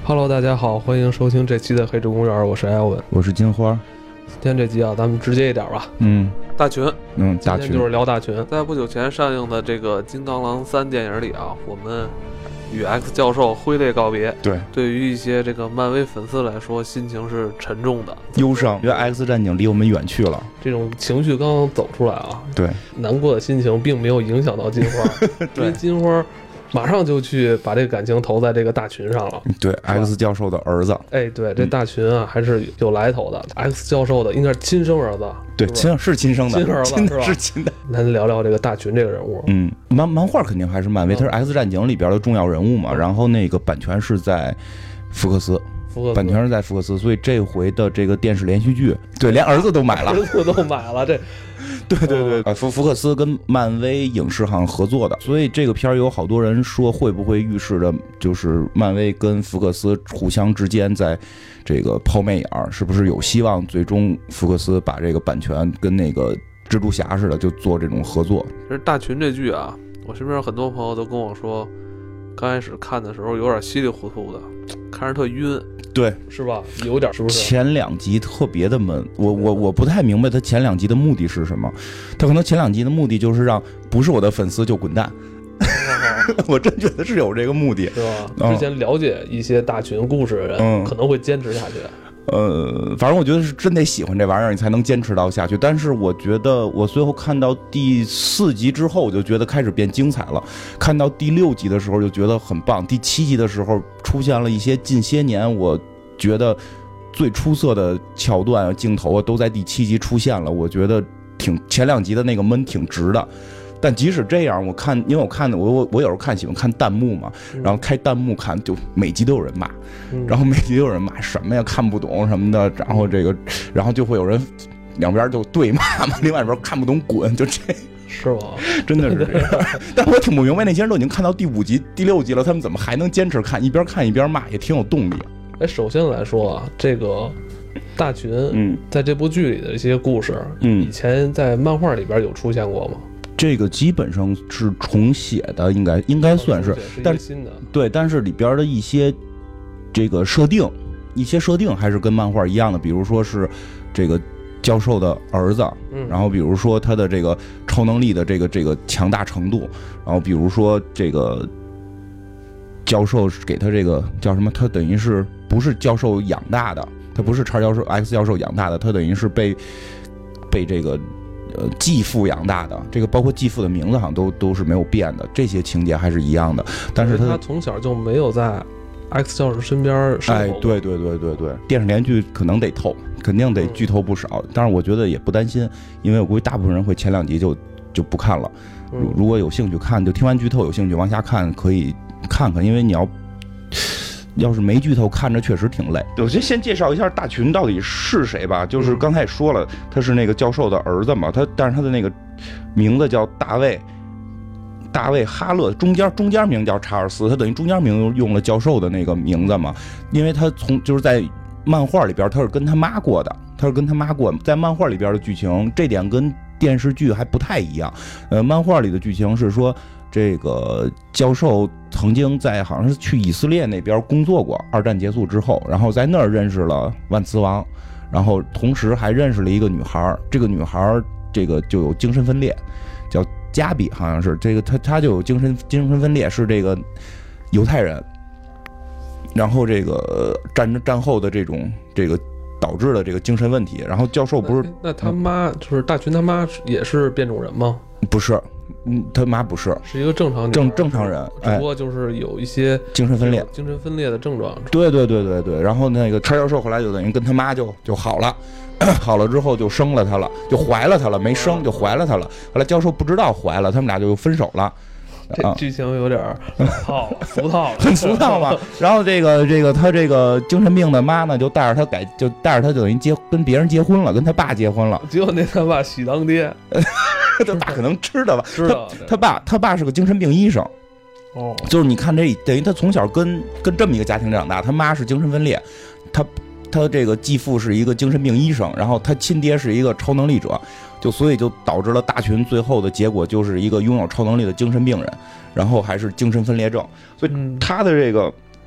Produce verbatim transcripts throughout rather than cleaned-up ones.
Hello， 大家好，欢迎收听这期的黑之公园，我是艾文， 我是金花。 今天这集啊，咱们直接一点吧。 嗯， 大群， 嗯，大群今天就是聊大群。在不久前上映的这个《金刚狼三》电影里啊，我们与 X 教授挥泪告别。 对， 对于一些这个漫威粉丝来说，心情是沉重的、 忧伤，因为 X 战警离我们远去了。 这种情绪刚刚走出来啊， 对， 难过的心情并没有影响到金花，因为金花马上就去把这个感情投在这个大群上了。 对 ，X 教授的儿子。 哎，对，这大群啊、嗯、还是有来头的。X 教授的应该是亲生儿子。 对，亲是亲生的， 亲儿子是吧？ 是亲的。 咱聊聊这个大群这个人物。 嗯，漫漫画肯定还是漫威，他是 X 战警里边的重要人物嘛。嗯、然后那个版权是在福克斯。版权是在福克斯，所以这回的这个电视连续剧，对，连儿子都买了， 儿子都买了，这， 对对对，啊，福福克斯跟漫威影视行合作的，所以这个片儿有好多人说会不会预示着就是漫威跟福克斯互相之间在这个抛媚眼儿，是不是有希望最终福克斯把这个版权跟那个蜘蛛侠似的就做这种合作？ 其实大群这剧啊，我身边很多朋友都跟我说，刚开始看的时候有点稀里糊涂的，看着特晕。 对， 是吧？有点，是不是？ 前两集特别的闷，我我我不太明白他前两集的目的是什么。他可能前两集的目的就是让不是我的粉丝就滚蛋。我真觉得是有这个目的， 是吧？之前了解一些大群故事的人，嗯、可能会坚持下去。 呃，反正我觉得是真得喜欢这玩意儿，你才能坚持到下去。但是我觉得我最后看到第四集之后，我就觉得开始变精彩了。看到第六集的时候，就觉得很棒。第七集的时候，出现了一些近些年我觉得最出色的桥段、镜头啊，都在第七集出现了。我觉得挺前两集的那个闷挺值的。但即使这样，我看，因为我看的我我我有时候看喜欢看弹幕嘛，然后开弹幕看，就每集都有人骂，然后每集都有人骂什么呀看不懂什么的，然后这个，然后就会有人两边就对骂嘛，另外一边看不懂滚，就这。 是吗？ 真的是这样。但我挺不明白，那些人都已经看到第五集、第六集了，他们怎么还能坚持看？一边看一边骂，也挺有动力。 哎，首先来说啊，这个大群，嗯，在这部剧里的一些故事，嗯，以前在漫画里边有出现过吗？ 这个基本上是重写的，应该应该算是，但是新的对，但是里边的一些这个设定，一些设定还是跟漫画一样的，比如说是这个教授的儿子，嗯，然后比如说他的这个超能力的这个这个强大程度，然后比如说这个教授给他这个叫什么，他等于是不是教授养大的，他不是叉教授 X 教授养大的，他等于是被被这个。呃，继父养大的，这个包括继父的名字好像都都是没有变的，这些情节还是一样的。但是 他, 他从小就没有在 X 教授身边生活。 哎，对对对对对，电视连续可能得透，肯定得剧透不少。嗯、但是我觉得也不担心，因为我估计大部分人会前两集就就不看了。如如果有兴趣看，就听完剧透有兴趣往下看，可以看看，因为你要。要是没剧透，看着确实挺累。我先先介绍一下大群到底是谁吧，就是刚才也说了，他是那个教授的儿子嘛，他但是他的那个名字叫大卫，大卫哈勒，中间中间名叫查尔斯，他等于中间名用了教授的那个名字嘛，因为他从就是在漫画里边他是跟他妈过的，他是跟他妈过，在漫画里边的剧情这点跟电视剧还不太一样。呃，漫画里的剧情是说。这个教授曾经在好像是去以色列那边工作过，二战结束之后，然后在那儿认识了万磁王，然后同时还认识了一个女孩，这个女孩这个就有精神分裂，叫加比，好像是这个她她就有精神精神分裂，是这个犹太人，然后这个战战后的这种这个导致的这个精神问题，然后教授不是那他妈、嗯、就是大群他妈也是变种人吗？ 不是。嗯，他妈不是， 是一个正常正正常人， 只不过就是有一些精神分裂、 精神分裂的症状。 对对对对对。然后那个叉教授后来就等于跟他妈就就好了，好了之后就生了他了，就怀了他了，没生就怀了他了。后来教授不知道怀了，他们俩就分手了。 这剧情有点套了，俗套了， 很俗套嘛。然后这个这个他这个精神病的妈呢，就带着他改，就带着他等于结跟别人结婚了，跟他爸结婚了。 结果那他爸喜当爹， 他爸可能知道吧？ 知道。 他, 他爸他爸是个精神病医生。 哦， 就是你看这等于他从小跟跟这么一个家庭长大，他妈是精神分裂，他他这个继父是一个精神病医生，然后他亲爹是一个超能力者。就所以就导致了大群最后的结果就是一个拥有超能力的精神病人，然后还是精神分裂症。所以他的这个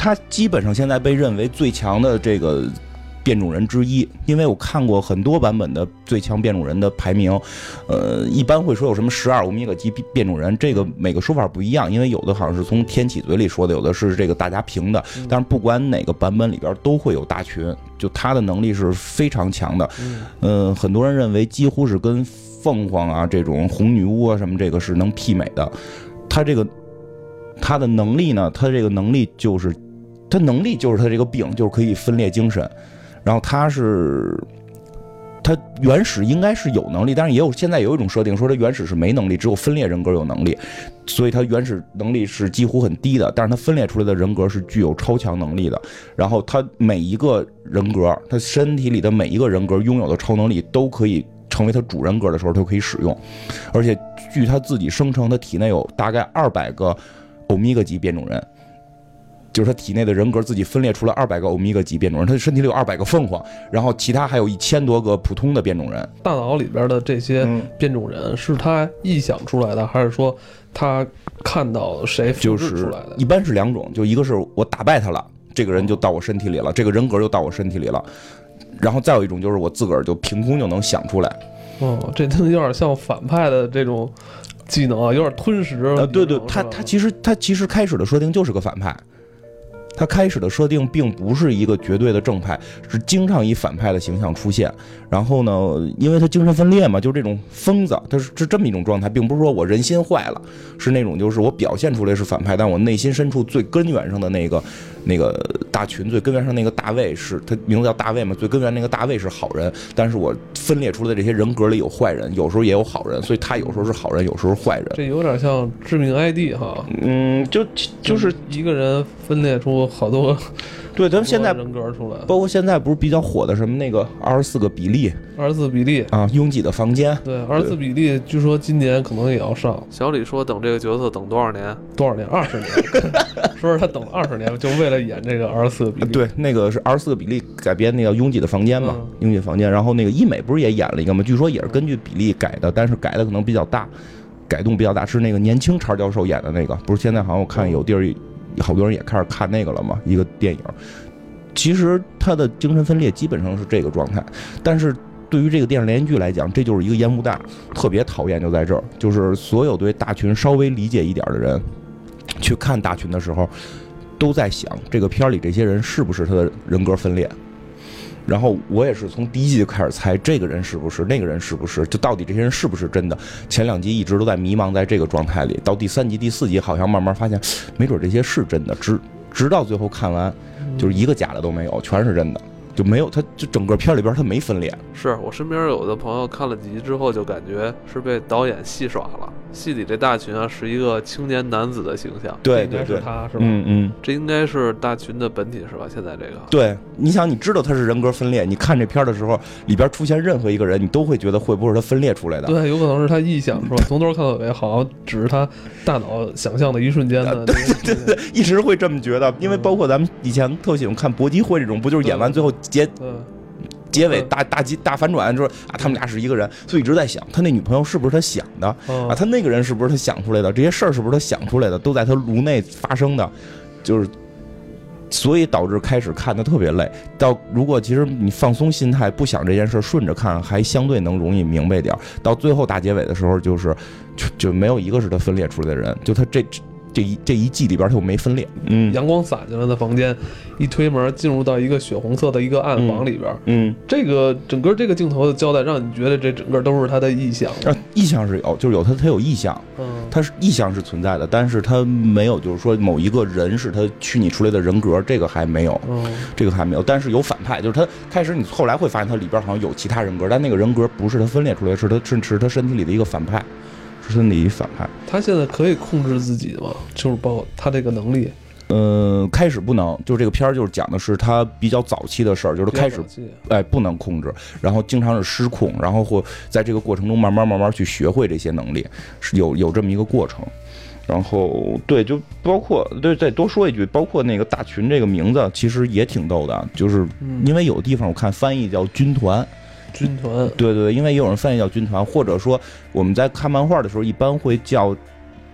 他基本上现在被认为最强的这个变种人之一，因为我看过很多版本的最强变种人的排名，呃，一般会说有什么十二欧米伽级变种人，这个每个说法不一样，因为有的好像是从天启嘴里说的，有的是这个大家评的，但是不管哪个版本里边都会有大群，就他的能力是非常强的，嗯、呃，很多人认为几乎是跟凤凰啊这种红女巫啊什么这个是能媲美的，他这个他的能力呢，他这个能力就是他能力就是他这个病就是可以分裂精神。然后他是，他原始应该是有能力，但是也有现在有一种设定说他原始是没能力，只有分裂人格有能力，所以他原始能力是几乎很低的，但是他分裂出来的人格是具有超强能力的。然后他每一个人格，他身体里的每一个人格拥有的超能力都可以成为他主人格的时候都可以使用，而且据他自己声称，他体内有大概二百个欧米伽级变种人。就是他体内的人格自己分裂出了二百个欧米伽级变种人，他身体里有二百个凤凰，然后其他还有一千多个普通的变种人。 大脑里边的这些变种人、嗯、是他臆想出来的，还是说他看到谁复制出来的？ 就是、一般是两种，就一个是我打败他了，这个人就到我身体里了，这个人格就到我身体里了，然后再有一种就是我自个儿就凭空就能想出来。 哦，这真的有点像反派的这种技能啊，有点吞噬。 呃，对对，他他其实他其实开始的设定就是个反派。他开始的设定并不是一个绝对的正派，是经常以反派的形象出现。然后呢，因为他精神分裂嘛，就是这种疯子，他是是这么一种状态，并不是说我人心坏了，是那种就是我表现出来是反派，但我内心深处最根源上的那个那个大群，最根源上那个大卫是他名字叫大卫嘛，最根源那个大卫是好人，但是我分裂出来的这些人格里有坏人，有时候也有好人，所以他有时候是好人，有时候是坏人。 这有点像致命 I D 哈， 嗯，就就是一个人分裂出好多。 对，咱们现在人格出来， 包括现在不是比较火的什么那个二十四个比利， 二十四比利啊，拥挤的房间。 对，二十四比利，据说今年可能也要上。小李说等这个角色等多少年？多少年？二十年。说是他等了二十年，就为了演这个二十四个比利。 对，那个是二十四个比利改编那个拥挤的房间嘛，嗯、拥挤房间。然后那个医美不是也演了一个吗？据说也是根据比利改的，但是改的可能比较大，改动比较大，是那个年轻查教授演的那个。不是现在好像我看有地儿。好多人也开始看那个了嘛，一个电影。其实他的精神分裂基本上是这个状态，但是对于这个电视连续剧来讲，这就是一个烟雾弹，特别讨厌就在这儿，就是所有对大群稍微理解一点的人去看大群的时候，都在想这个片里这些人是不是他的人格分裂。然后我也是从第一集就开始猜这个人是不是，那个人是不是，就到底这些人是不是真的。前两集一直都在迷茫在这个状态里，到第三集第四集好像慢慢发现没准这些是真的，直直到最后看完就是一个假的都没有，全是真的，就没有他就整个片里边他没分裂。 是我身边有的朋友看了几集之后就感觉是被导演戏耍了，戏里这大群啊是一个青年男子的形象， 对对对， 是他是吧？ 嗯嗯， 这应该是大群的本体是吧？现在这个对，你想你知道他是人格分裂，你看这片的时候里边出现任何一个人，你都会觉得会不会是他分裂出来的？ 对，有可能是他臆想是吧？从头看到尾，好像只是他大脑想象的一瞬间的、 啊。对对对，一直会这么觉得，因为包括咱们以前特喜欢看搏击会这种，不就是演完最后结。结尾大大大反转，就是啊，他们俩是一个人，所以一直在想，他那女朋友是不是他想的、哦、啊？他那个人是不是他想出来的？这些事儿是不是他想出来的？都在他颅内发生的，就是，所以导致开始看的特别累。到如果其实你放松心态，不想这件事，顺着看，还相对能容易明白点。到最后大结尾的时候，就是就就没有一个是他分裂出来的人，就他这。这一这一季里边它又没分裂，嗯， 阳光洒进来的房间，一推门进入到一个血红色的一个暗房里边， 嗯，嗯这个整个这个镜头的交代，让你觉得这整个都是他的意象， 啊，意象是有，就是有他他有意象，嗯，他是意象是存在的，但是他没有就是说某一个人是他虚拟出来的人格，这个还没有，嗯，这个还没有，但是有反派，就是他开始你后来会发现他里边好像有其他人格，但那个人格不是他分裂出来，是他是是他身体里的一个反派。身体反派， 他现在可以控制自己吗？就是包括他这个能力。 呃，开始不能，就是这个片儿就是讲的是他比较早期的事儿，就是开始哎不能控制，然后经常是失控，然后或在这个过程中慢慢慢慢去学会这些能力，是有有这么一个过程。然后对，就包括对，再多说一句，包括那个大群这个名字其实也挺逗的，就是因为有地方我看翻译叫军团。 军团， 对对，因为也有人翻译叫军团，或者说我们在看漫画的时候，一般会叫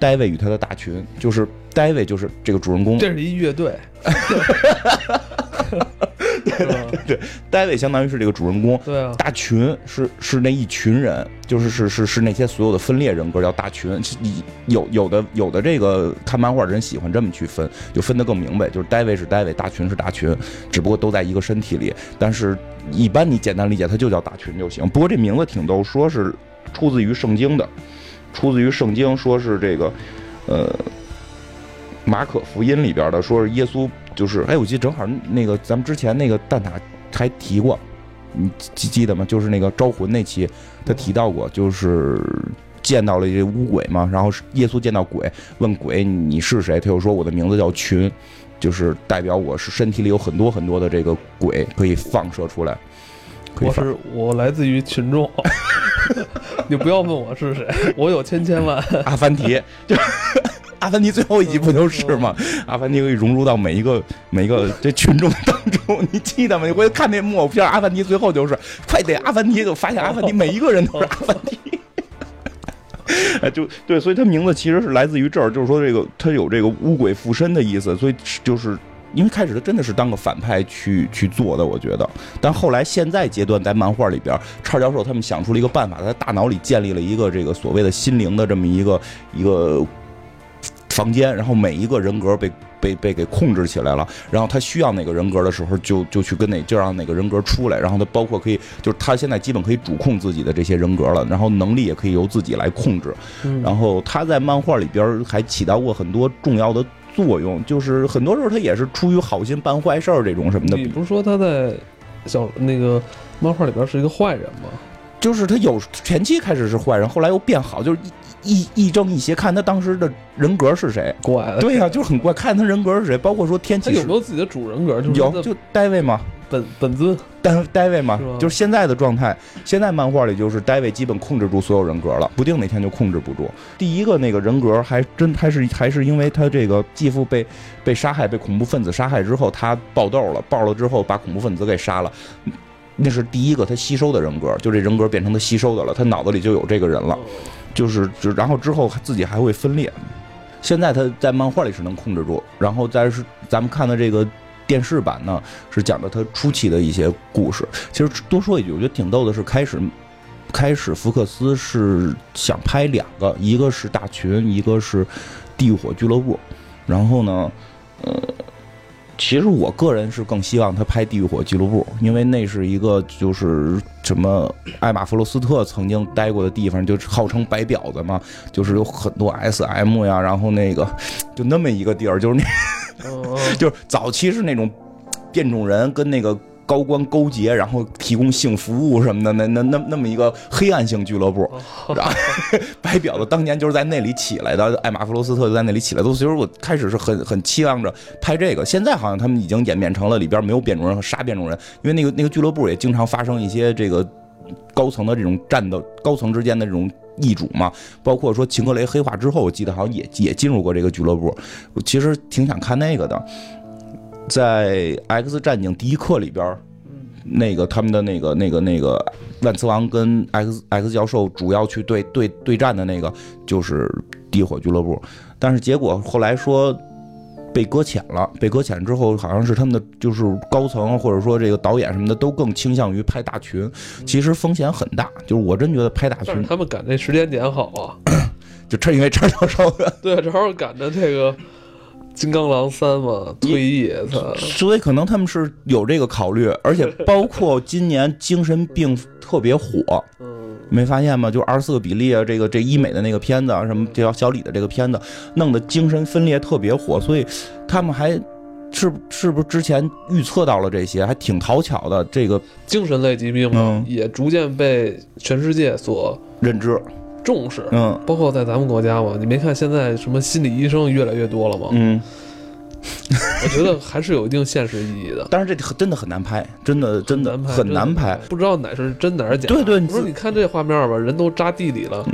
戴维与他的大群，就是戴维就是这个主人公， 这是一乐队。 对对对，戴维相当于是这个主人公， 对啊， 大群是是那一群人，就是是是是那些所有的分裂人格叫大群。有有的有的这个看漫画的人喜欢这么去分，就分得更明白，就是戴维是戴维，大群是大群，只不过都在一个身体里。但是一般你简单理解，它就叫大群就行。不过这名字挺逗，说是出自于圣经的，出自于圣经，说是这个呃马可福音里边的，说是耶稣。就是哎，我记得正好那个咱们之前那个蛋挞还提过，你记记得吗？就是那个招魂那期，他提到过，就是见到了这乌鬼嘛，然后耶稣见到鬼，问鬼你是谁？他又说我的名字叫群，就是代表我是身体里有很多很多的这个鬼可以放射出来。 我是我来自于群众，你不要问我是谁，我有千千万。 阿凡提就。阿凡提最后一集不就是吗？阿凡提可以融入到每一个每一个这群众当中，你记得吗？你回去看那木偶片，阿凡提最后就是快点，阿凡提就发现阿凡提每一个人都是阿凡提。哎，就对，所以他名字其实是来自于这儿，就是说这个他有这个乌鬼附身的意思，所以就是因为开始他真的是当个反派去去做的，我觉得。但后来现在阶段在漫画里边，叉教授他们想出了一个办法，他在大脑里建立了一个这个所谓的心灵的这么一个一个。房间，然后每一个人格被被被给控制起来了，然后他需要哪个人格的时候就就去跟哪就让哪个人格出来，然后他包括可以就是他现在基本可以主控自己的这些人格了，然后能力也可以由自己来控制， 嗯、 然后他在漫画里边还起到过很多重要的作用，就是很多时候他也是出于好心办坏事儿这种什么的。 你不是说他在小那个漫画里边是一个坏人吗？ 就是他有前期开始是坏人，后来又变好，就是亦亦正亦邪，看他当时的人格是谁。 怪， 对呀、啊，就是很怪，看他人格是谁，包括说天启， 他有没有自己的主人格？就是、 有，就戴维嘛， 本本尊， 戴戴维嘛，就是现在的状态。现在漫画里就是戴维基本控制住所有人格了，不定哪天就控制不住。第一个那个人格还真还是还是因为他这个继父被被杀害，被恐怖分子杀害之后，他爆痘了，爆了之后把恐怖分子给杀了。那是第一个他吸收的人格，就这人格变成他吸收的了，他脑子里就有这个人了，就是然后之后自己还会分裂。现在他在漫画里是能控制住，然后再是咱们看的这个电视版呢，是讲的他初期的一些故事。其实多说一句，我觉得挺逗的是，开始开始福克斯是想拍两个，一个是大群，一个是地狱火俱乐部。然后呢，呃。其实我个人是更希望他拍《地狱火俱乐部》，因为那是一个就是什么艾玛·弗罗斯特曾经待过的地方，就是号称白婊子嘛，就是有很多 S M 呀，然后那个就那么一个地儿，就是那，就是早期是那种变种人跟那个高官勾结，然后提供性服务什么的，那那那那么一个黑暗性俱乐部。然后白婊子当年就是在那里起来的，艾玛·弗罗斯特就在那里起来的。所以说我开始是很很期望着拍这个，现在好像他们已经演变成了里边没有变种人和杀变种人，因为那个那个俱乐部也经常发生一些这个高层的这种战斗，高层之间的这种易主嘛，包括说秦克雷黑化之后，我记得好像也也进入过这个俱乐部，我其实挺想看那个的。在 X 战警第一课里边，那个他们的那个那个那个万磁王跟 X X 教授主要去对对对战的那个就是地火俱乐部，但是结果后来说被搁浅了，被搁浅之后好像是他们的就是高层或者说这个导演什么的都更倾向于拍大群，其实风险很大，就是我真觉得拍大群， 他们赶这时间点好啊， 就这因为叉教授的， 对，正好赶着这个。金刚狼三嘛，退役， 所以可能他们是有这个考虑，而且包括今年精神病特别火，嗯，没发现吗？就二十四个比例啊，这个这医美的那个片子啊，什么叫小李的这个片子，弄得精神分裂特别火，所以他们还是是不是之前预测到了这些，还挺讨巧的。这个精神类疾病嗯，也逐渐被全世界所认知。 重视， 嗯， 包括在咱们国家嘛，你没看现在什么心理医生越来越多了吗？ 嗯， 我觉得还是有一定现实意义的。 但是这真的很难拍，真的真的很难拍， 不知道哪是真哪是假。 对对， 不是你看这画面吧，人都扎地里了，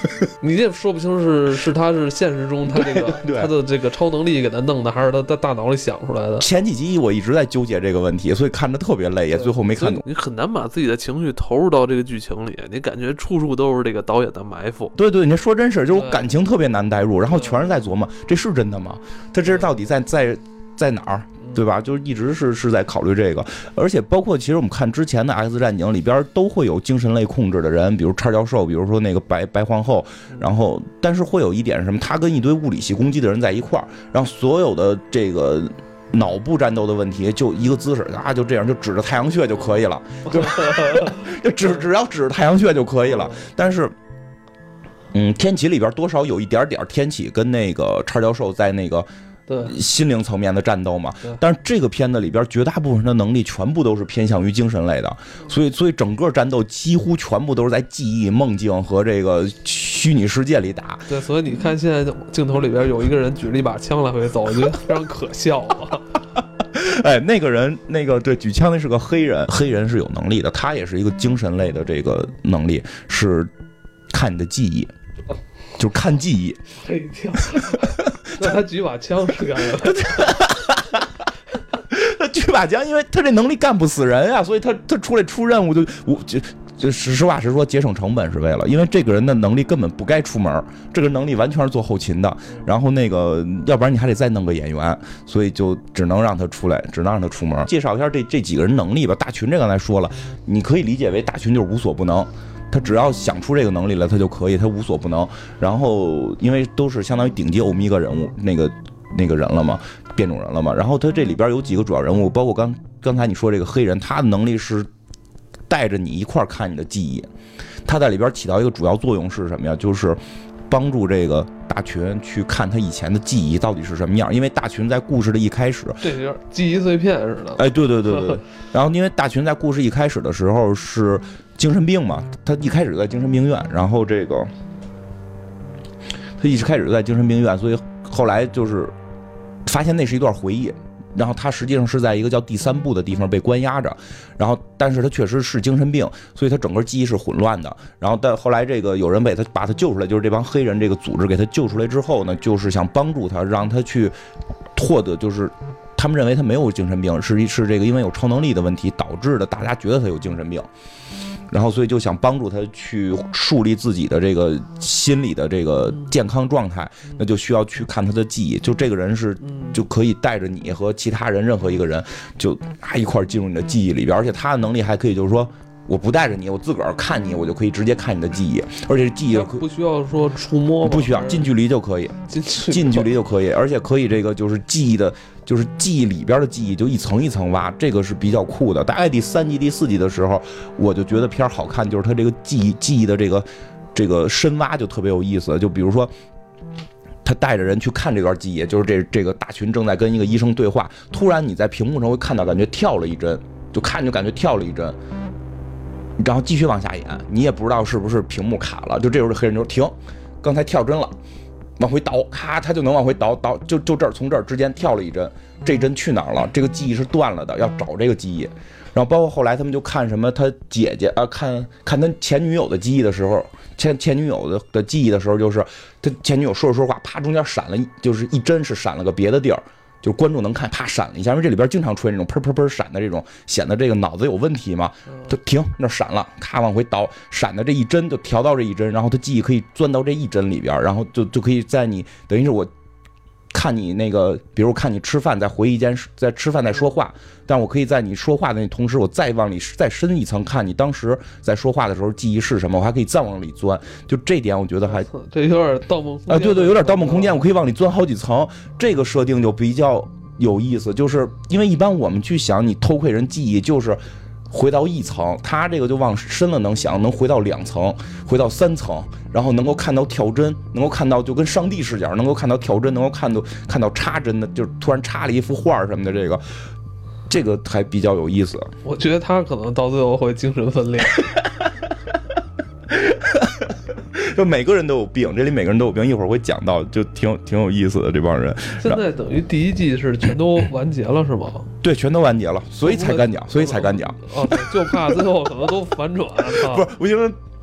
你也说不清是是他是现实中他这个他的这个超能力给他弄的，还是他在大脑里想出来的。 前几集我一直在纠结这个问题，所以看着特别累，也最后没看懂。 你很难把自己的情绪投入到这个剧情里，你感觉处处都是这个导演的埋伏。 对对，你说真是，就是我感情特别难代入，然后全是在琢磨这是真的吗？他这到底在在在哪儿？对吧？就是一直是是在考虑这个，而且包括其实我们看之前的 X 战警里边都会有精神类控制的人，比如叉教授，比如说那个白白皇后，然后但是会有一点是什么？他跟一堆物理系攻击的人在一块儿，然后所有的这个脑部战斗的问题就一个姿势啊，就这样就指着太阳穴就可以了，就就只只要指着太阳穴就可以了。但是，嗯，天启里边多少有一点点天启跟那个叉教授在那个。 对心灵层面的战斗嘛，但是这个片子里边绝大部分的能力全部都是偏向于精神类的，所以所以整个战斗几乎全部都是在记忆、梦境和这个虚拟世界里打。 对，所以你看现在镜头里边有一个人举了一把枪来回走，我觉得非常可笑啊。 哎，那个人，那个对举枪的是个黑人，黑人是有能力的，他也是一个精神类的这个能力，是看你的记忆。就是看记忆， 嘿跳，那他举把枪是干什么？ 他举把枪，因为他这能力干不死人啊，所以他他出来出任务就我就就实话实说，节省成本是为了，因为这个人的能力根本不该出门，这个能力完全是做后勤的，然后那个要不然你还得再弄个演员，所以就只能让他出来，只能让他出门。介绍一下这这几个人能力吧。大群这刚才说了，你可以理解为大群就是无所不能。他只要想出这个能力来，他就可以，他无所不能。然后，因为都是相当于顶级欧米伽人物，那个那个人了嘛，变种人了嘛。然后他这里边有几个主要人物，包括刚刚才你说这个黑人，他的能力是带着你一块看你的记忆。他在里边起到一个主要作用是什么呀？就是帮助这个大群去看他以前的记忆到底是什么样。因为大群在故事的一开始， 这有点记忆碎片似的。 哎，对对对对。然后，因为大群在故事一开始的时候是。精神病嘛，他一开始在精神病院，然后这个他一开始在精神病院，所以后来就是发现那是一段回忆，然后他实际上是在一个叫第三部的地方被关押着，然后但是他确实是精神病，所以他整个记忆是混乱的。然后但后来这个有人被他把他救出来，就是这帮黑人这个组织给他救出来之后呢，就是想帮助他，让他去获得就是。他们认为他没有精神病，是是这个因为有超能力的问题导致的，大家觉得他有精神病，然后所以就想帮助他去树立自己的这个心理的这个健康状态，那就需要去看他的记忆。就这个人是就可以带着你和其他人任何一个人就啊一块进入你的记忆里边，而且他的能力还可以就是说。我不带着你，我自个儿看你，我就可以直接看你的记忆，而且记忆不需要说触摸， 不需要近距离就可以，近距离就可以，而且可以这个就是记忆的，就是记忆里边的记忆就一层一层挖，这个是比较酷的。大概第三集、第四集的时候，我就觉得片儿好看，就是它这个记忆记忆的这个这个深挖就特别有意思。就比如说。他带着人去看这段记忆，就是这这个大群正在跟一个医生对话，突然你在屏幕上会看到，感觉跳了一帧，就看就感觉跳了一帧。然后继续往下演，你也不知道是不是屏幕卡了，就这时候黑人就停，刚才跳帧了，往回倒，咔，他就能往回倒倒，就就这儿从这儿之间跳了一帧，这帧去哪儿了？这个记忆是断了的，要找这个记忆。然后包括后来他们就看什么他姐姐啊，看看他前女友的记忆的时候，前前女友的的记忆的时候，就是他前女友说着说话，啪中间闪了，就是一帧是闪了个别的地儿。就是观众能看，啪闪了一下，因为这里边经常出现这种砰砰砰闪的这种，显得这个脑子有问题嘛，就停那闪了，咔往回倒，闪的这一帧就调到这一帧，然后他记忆可以钻到这一帧里边，然后就就可以在你等于是我看你那个，比如看你吃饭在回忆间在吃饭在说话，但我可以在你说话的那同时，我再往里再深一层看你当时在说话的时候记忆是什么，我还可以再往里钻，就这点我觉得还这有点盗梦空间啊，对对，有点盗梦空间，我可以往里钻好几层，这个设定就比较有意思，就是因为一般我们去想你偷窥人记忆就是回到一层，他这个就往深了能想，能回到两层，回到三层，然后能够看到跳帧，能够看到就跟上帝视角，能够看到跳帧，能够看到看到插帧的，就是突然插了一幅画什么的，这个这个还比较有意思。 我觉得他可能到最后会精神分裂。 就每个人都有病，这里每个人都有病，一会儿会讲到，就挺挺有意思的这帮人。 现在等于第一季是全都完结了是吗？ 对，全都完结了，所以才敢讲，所以才敢讲。 哦，就怕最后可能都反转。 不是，我因为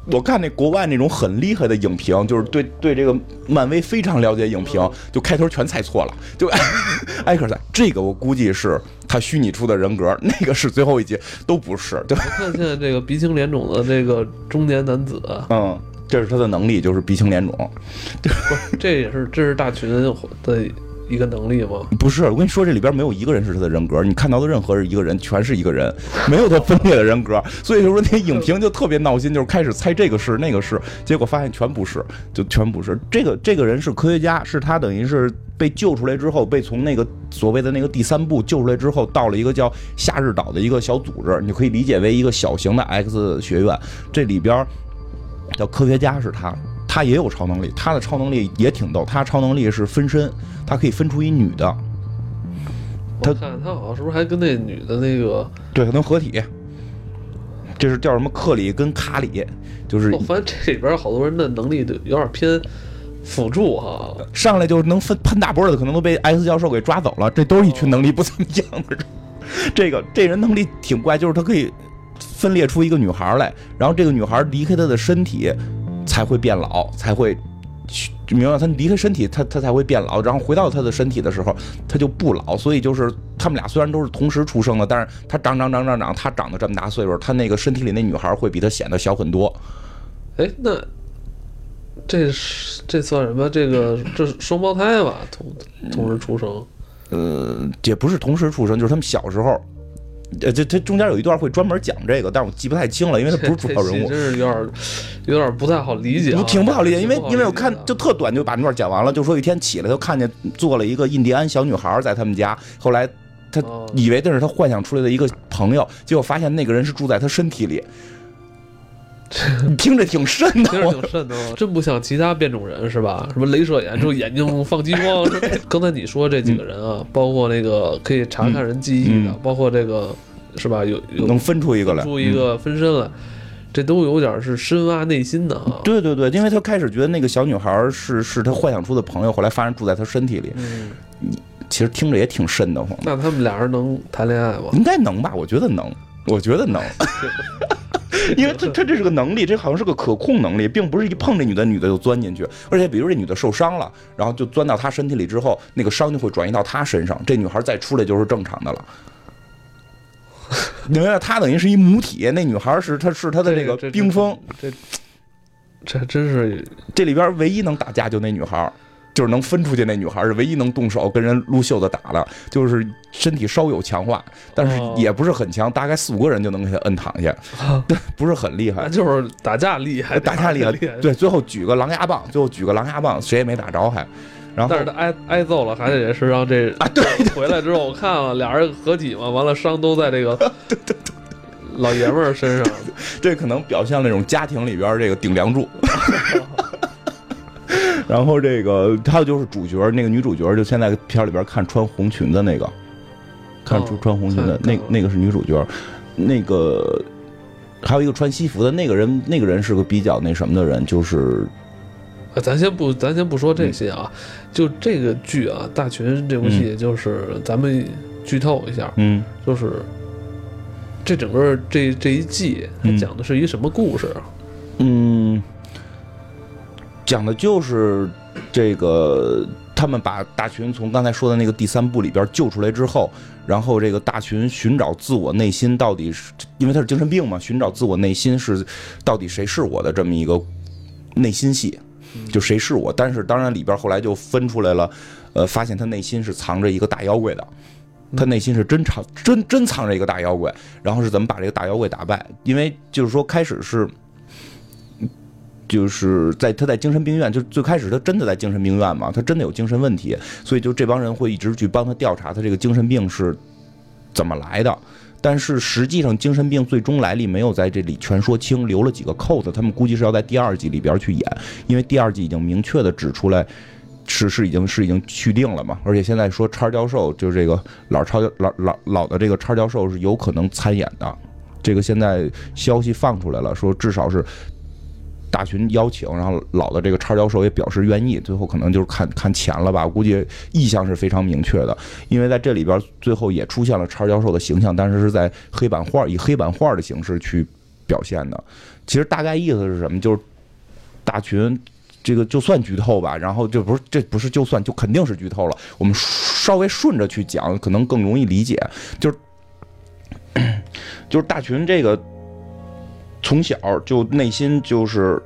我看那国外那种很厉害的影评，就是对对这个漫威非常了解影评，就开头全猜错了，就艾克赛这个我估计是他虚拟出的人格，那个是最后一集都不是。对， 我看现在这个鼻青脸肿的这个中年男子， 嗯，这是他的能力，就是鼻青脸肿。 不，这也是这是大群的一个能力吗？ 不是，我跟你说，这里边没有一个人是他的人格，你看到的任何是一个人，全是一个人，没有他分裂的人格。所以就说那影评就特别闹心，就是开始猜这个是那个是，结果发现全不是，就全不是。这个这个人是科学家，是他等于是被救出来之后，被从那个所谓的那个第三部救出来之后，到了一个叫夏日岛的一个小组织，你可以理解为一个小型的 X 学院，这里边叫科学家是他。他也有超能力，他的超能力也挺逗。他超能力是分身，他可以分出一女的。 我看他好像是不是还跟那女的那个对，可能合体。这是叫什么克里跟卡里，就是我发现这里边好多人的能力都有点偏辅助哈。 上来就能分喷大波的，可能都被 X 教授给抓走了。这都是一群能力不怎么样的人。这个这人能力挺怪，就是他可以分裂出一个女孩来，然后这个女孩离开他的身体。才会变老，才会明白他离开身体，他他才会变老，然后回到他的身体的时候，他就不老。所以就是他们俩虽然都是同时出生的，但是他长长长长长，他长得这么大岁数，他那个身体里那女孩会比他显得小很多。 哎，那这这算什么？这个这是双胞胎吧？同同时出生？ 呃，也不是同时出生，就是他们小时候。呃，这这中间有一段会专门讲这个，但是我记不太清了，因为它不是主要人物， 真是有点有点不太好理解、啊， 挺不好理解，因为因为我看就特短，就把那段讲完了，就说一天起来就看见做了一个印第安小女孩在他们家，后来他以为这是他幻想出来的一个朋友，结果发现那个人是住在他身体里。你听着挺瘆的， 听着挺瘆的，真不像其他变种人是吧？什么镭射眼，之后眼睛放激光。刚才你说这几个人啊，嗯、包括那个可以查看人记忆的，嗯、包括这个是吧？有有能分出一个来， 分出一个分身来，嗯、这都有点是深挖内心的啊。 对对对，因为他开始觉得那个小女孩是是他幻想出的朋友，后来发现住在他身体里。嗯，你其实听着也挺瘆得慌。 那他们俩人能谈恋爱吗？ 应该能吧？我觉得能，我觉得能。因为他他这是个能力，这好像是个可控能力，并不是一碰这女的，女的就钻进去。而且比如这女的受伤了，然后就钻到她身体里之后，那个伤就会转移到她身上，这女孩再出来就是正常的了。你看，她等于是一母体，那女孩是她是她的这个冰封。 这 这, 这, 这真是这里边唯一能打架就那女孩。就是能分出去那女孩是唯一能动手跟人撸袖子打的，就是身体稍有强化，但是也不是很强，大概四五个人就能给他摁躺下，对，不是很厉害， 就是打架厉害， 打架厉害，对，最后举个狼牙棒，最后举个狼牙棒，谁也没打着还，然后但是他挨挨揍了，还得也是让这啊，对， 回来之后我看了俩人合体嘛，完了伤都在这个对对对老爷们儿身上， 这可能表现那种家庭里边这个顶梁柱。然后这个还有就是主角那个女主角，就现在片里边看穿红裙的那个，看出穿红裙的、哦、那那个是女主角，那个还有一个穿西服的那个人，那个人是个比较那什么的人，就是咱先不咱先不说这些啊，嗯、就这个剧啊，大群这部戏，就是咱们剧透一下， 嗯， 就是这整个这这一季它讲的是一什么故事？ 嗯。讲的就是这个，他们把大群从刚才说的那个第三部里边救出来之后，然后这个大群寻找自我内心到底是，因为他是精神病嘛，寻找自我内心是到底谁是我的这么一个内心戏，就谁是我。但是当然里边后来就分出来了，呃，发现他内心是藏着一个大妖怪的，他内心是真藏真真藏着一个大妖怪，然后是怎么把这个大妖怪打败？因为就是说开始是。就是在他在精神病院，就最开始他真的在精神病院嘛，他真的有精神问题，所以就这帮人会一直去帮他调查他这个精神病是怎么来的。但是实际上精神病最终来历没有在这里全说清，留了几个扣子，他们估计是要在第二季里边去演，因为第二季已经明确的指出来是是已经是已经续订了嘛，而且现在说叉教授就是这个老叉老老老的这个叉教授是有可能参演的，这个现在消息放出来了，说至少是。大群邀请，然后老的这个叉教授也表示愿意，最后可能就是看看钱了吧，我估计意向是非常明确的，因为在这里边最后也出现了叉教授的形象，但是是在黑板画以黑板画的形式去表现的。其实大概意思是什么？就是大群这个就算剧透吧，然后这不是这不是就算就肯定是剧透了。我们稍微顺着去讲，可能更容易理解。就是就是大群这个从小就内心就是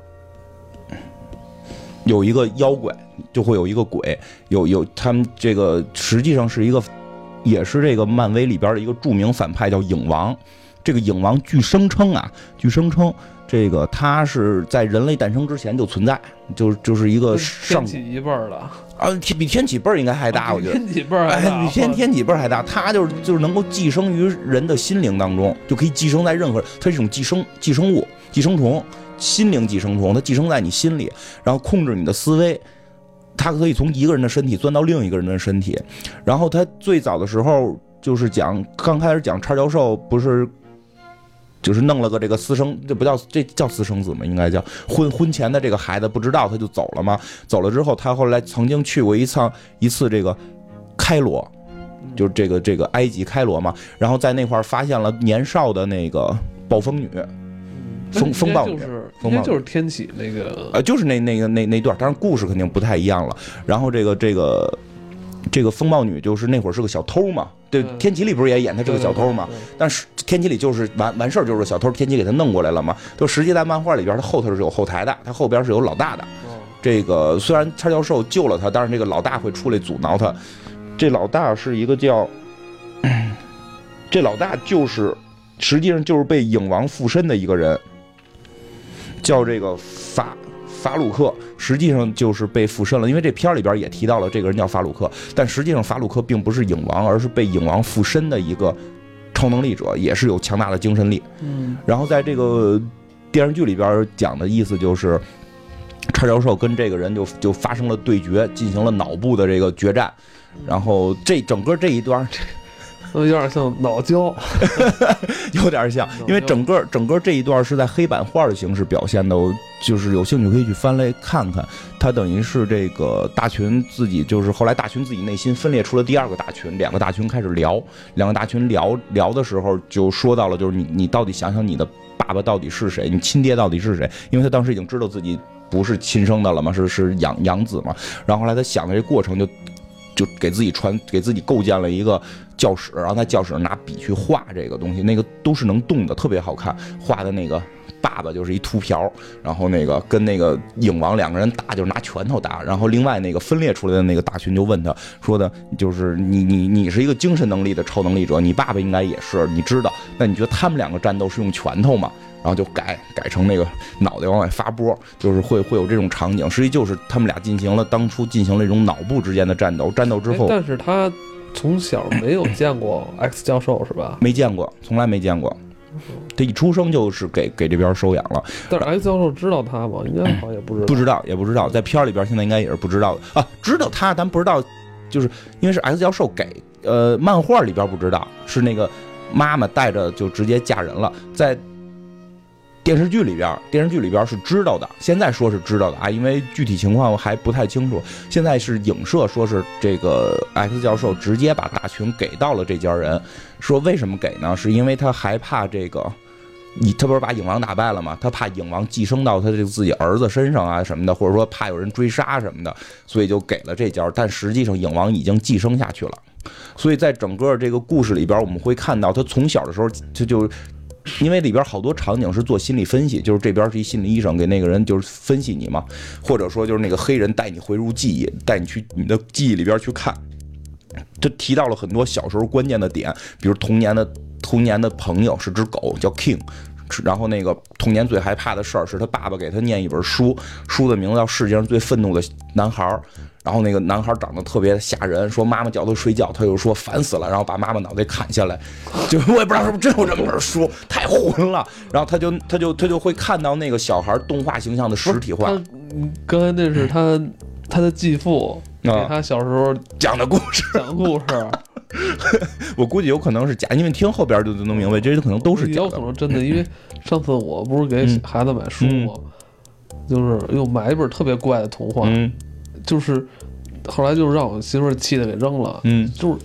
有一个妖怪，就会有一个鬼，有有他们这个实际上是一个，也是这个漫威里边的一个著名反派叫影王。这个影王据声称啊，据声称这个他是在人类诞生之前就存在，就就是一个上天启一辈儿的啊，比天启辈儿应该还大，我觉得天启辈儿还大， 哎，比天天启辈儿还大。他就是就是能够寄生于人的心灵当中，就可以寄生在任何，它是一种寄生寄生物、寄生虫。心灵寄生虫，它寄生在你心里，然后控制你的思维。它可以从一个人的身体钻到另一个人的身体。然后他最早的时候就是讲，刚开始讲叉教授不是就是弄了个这个私生，这不叫这叫私生子吗？应该叫婚婚前的这个孩子不知道他就走了吗？走了之后，他后来曾经去过一趟一次这个开罗，就是这个这个埃及开罗嘛，然后在那块发现了年少的那个暴风女。风风暴女， 应该就是天启那个， 呃，就是那那个那那段，当然故事肯定不太一样了。然后这个这个这个风暴女就是那会儿是个小偷嘛，对，嗯、天启里不是也演她是个小偷嘛？但是天启里就是完完事儿就是个小偷，天启给她弄过来了嘛。就实际在漫画里边，她后头是有后台的，她后边是有老大的。哦、这个虽然叉教授救了她，但是这个老大会出来阻挠她。这老大是一个叫，这老大就是实际上就是被影王附身的一个人。叫这个法法鲁克，实际上就是被附身了，因为这片里边也提到了这个人叫法鲁克，但实际上法鲁克并不是影王，而是被影王附身的一个超能力者，也是有强大的精神力。嗯，然后在这个电视剧里边讲的意思就是，叉教授跟这个人就就发生了对决，进行了脑部的这个决战，然后这整个这一段。 有点像脑胶， 有点像，因为整个整个这一段是在黑板画的形式表现的，就是有兴趣可以去翻来看看。它等于是这个大群自己，就是后来大群自己内心分裂出了第二个大群，两个大群开始聊，两个大群聊聊的时候就说到了，就是你你到底想想你的爸爸到底是谁，你亲爹到底是谁？因为他当时已经知道自己不是亲生的了嘛，是是养养子嘛。然后后来他想的这过程就。就给自己传，给自己构建了一个教室，然后在教室上拿笔去画这个东西，那个都是能动的，特别好看。画的那个爸爸就是一秃瓢，然后那个跟那个影王两个人打，就是拿拳头打。然后另外那个分裂出来的那个大群就问他说的，就是你你你是一个精神能力的超能力者，你爸爸应该也是，你知道？那你觉得他们两个战斗是用拳头吗？然后就改改成那个脑袋往外发波，就是会会有这种场景。实际就是他们俩进行了当初进行了一种脑部之间的战斗，战斗之后， 但是他从小没有见过 X 教授是吧？ 没见过，从来没见过。他一出生就是给给这边收养了。 但是 X 教授知道他吗？应该好像也不知道， 不知道也不知道，在片里边现在应该也是不知道的啊。知道他，但不知道，就是因为是 X 教授给，呃，漫画里边不知道，是那个妈妈带着就直接嫁人了，在。电视剧里边，电视剧里边是知道的，现在说是知道的啊，因为具体情况我还不太清楚。现在是影射说是这个 X 教授直接把大群给到了这家人，说为什么给呢？是因为他害怕这个，你他不是把影王打败了吗？他怕影王寄生到他这个自己儿子身上啊什么的，或者说怕有人追杀什么的，所以就给了这家。但实际上影王已经寄生下去了，所以在整个这个故事里边，我们会看到他从小的时候他就。因为里边好多场景是做心理分析，就是这边是一心理医生给那个人就是分析你嘛，或者说就是那个黑人带你回入记忆，带你去你的记忆里边去看，这提到了很多小时候关键的点，比如童年的童年的朋友是只狗叫 King， 然后那个童年最害怕的事儿是他爸爸给他念一本书，书的名字叫《世界上最愤怒的男孩》。然后那个男孩长得特别吓人，说妈妈叫他睡觉，他就说烦死了，然后把妈妈脑袋砍下来，就我也不知道是不是真有这么本书，太混了。然后他就他就他就会看到那个小孩动画形象的实体化。 刚才那是他他的继父给他小时候讲的故事， 讲故事。 我估计有可能是假，因为听后边就能明白，这可能都是假的。 也有可能真的，因为上次我不是给孩子买书吗？嗯、就是又买一本特别怪的童话。嗯，就是后来就让我媳妇儿气的给扔了，嗯，就是